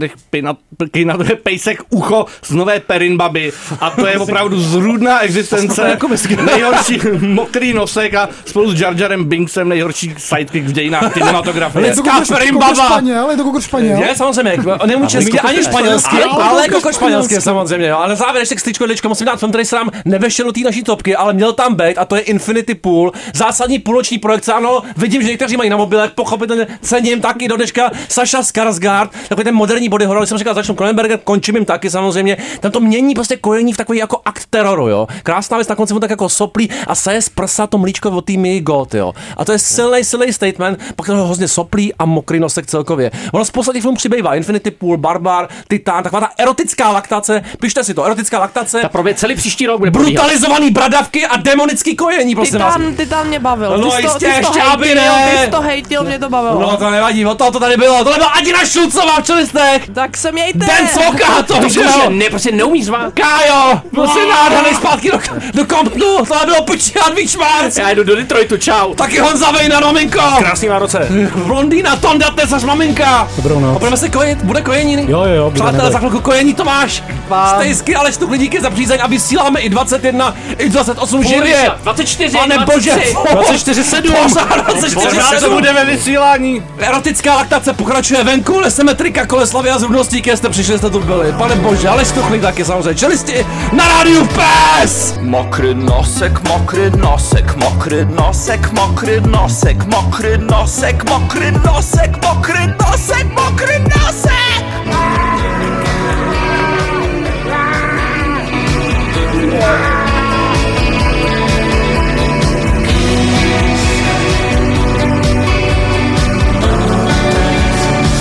[SPEAKER 13] zádech kejnatuje pejsek ucho z nové Perinbaby a to je opravdu zrůdná existence. Nejhorší mokrý nosek a spolu s Jar Jarem Binksem nejhorší sidekick v dějinách kinematografie.
[SPEAKER 14] Lidská Perinbaba. Je to kokot Španěl.
[SPEAKER 3] Je, samozřejmě, nemůžu česky ani španělsky, ale kokot španělsky samozřejmě, jo. Ale závěr ještě k styčko, musím dát film, který se nám nevešel do té naší topky, ale měl tam být a to je Infinity Pool. Zásadní půlnoční projekce, ano, vidím, že někteří mají na mobilech, pochopitelně cením taky do dneška Saša Skarsgård, takový ten moderní body horror, jsem říkal, začnu Cronenberger, končím jim taky samozřejmě. Tam to mění prostě kojení v takový jako akt teroru, jo. Krásná věc, na konci mu tak jako soplí a seje z prsa to mlíčko od týmy God, jo. A to je silný statement, pak to hrozně soplí a mokrý nosek celkově. Ono spousta těch filmů přibývá, Infinity Pool, Barbar, Titan, taková ta erotická laktace, pište si to, erotická laktace.
[SPEAKER 11] Ta proběh celý příští rok bude
[SPEAKER 3] brutalizovaný bradavky a demonický kojení, prosím vás.
[SPEAKER 12] Titan mě bavil.
[SPEAKER 3] No jistě, ještě aby ne.
[SPEAKER 12] Ty jsi to hejtil, mě to bavilo.
[SPEAKER 3] No to nevadí, o toho to tady bylo. Tohle byla Adina Šulcová v Čelistech.
[SPEAKER 12] Tak se mějte.
[SPEAKER 3] Den Cvoka, to už
[SPEAKER 11] ne, prostě neumíš vám.
[SPEAKER 3] Kájo, prostě nádherný zpátky do Comptonu, tohle bylo pičát výčmárc.
[SPEAKER 11] Já jdu do Detroitu, čau.
[SPEAKER 3] Taky Honza Vejna, maminko.
[SPEAKER 15] Krásný Vánoce.
[SPEAKER 3] Blondýna, Tonda Tesař, maminka.
[SPEAKER 1] Dobrou noc.
[SPEAKER 3] Budeme se kojit, bude kojení.
[SPEAKER 1] Jo.
[SPEAKER 3] Přátelé, za chvilku kojení Tomáš. Stejsky, ale štuk lidíky za přízeň a vysíláme i 21, i 28 živě.
[SPEAKER 11] 24,
[SPEAKER 3] Pane bože.
[SPEAKER 1] 24/7.
[SPEAKER 3] 24/7.
[SPEAKER 13] To bude ve vysílání.
[SPEAKER 3] Erotická laktace pokračuje venku, neseme trika Koleslavy a zrůdností, které jste přišli, jste tu byli. Pane bože, ale štuchlík taky samozřejmě. Čelisti na rádiu PES!
[SPEAKER 22] Mokrý nosek, mokrý nosek, mokrý nosek, mokrý nosek, mokrý nosek, mokrý nosek, mokrý nosek, mokrý nosek!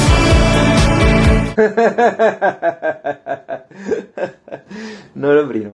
[SPEAKER 21] No dobrý, no.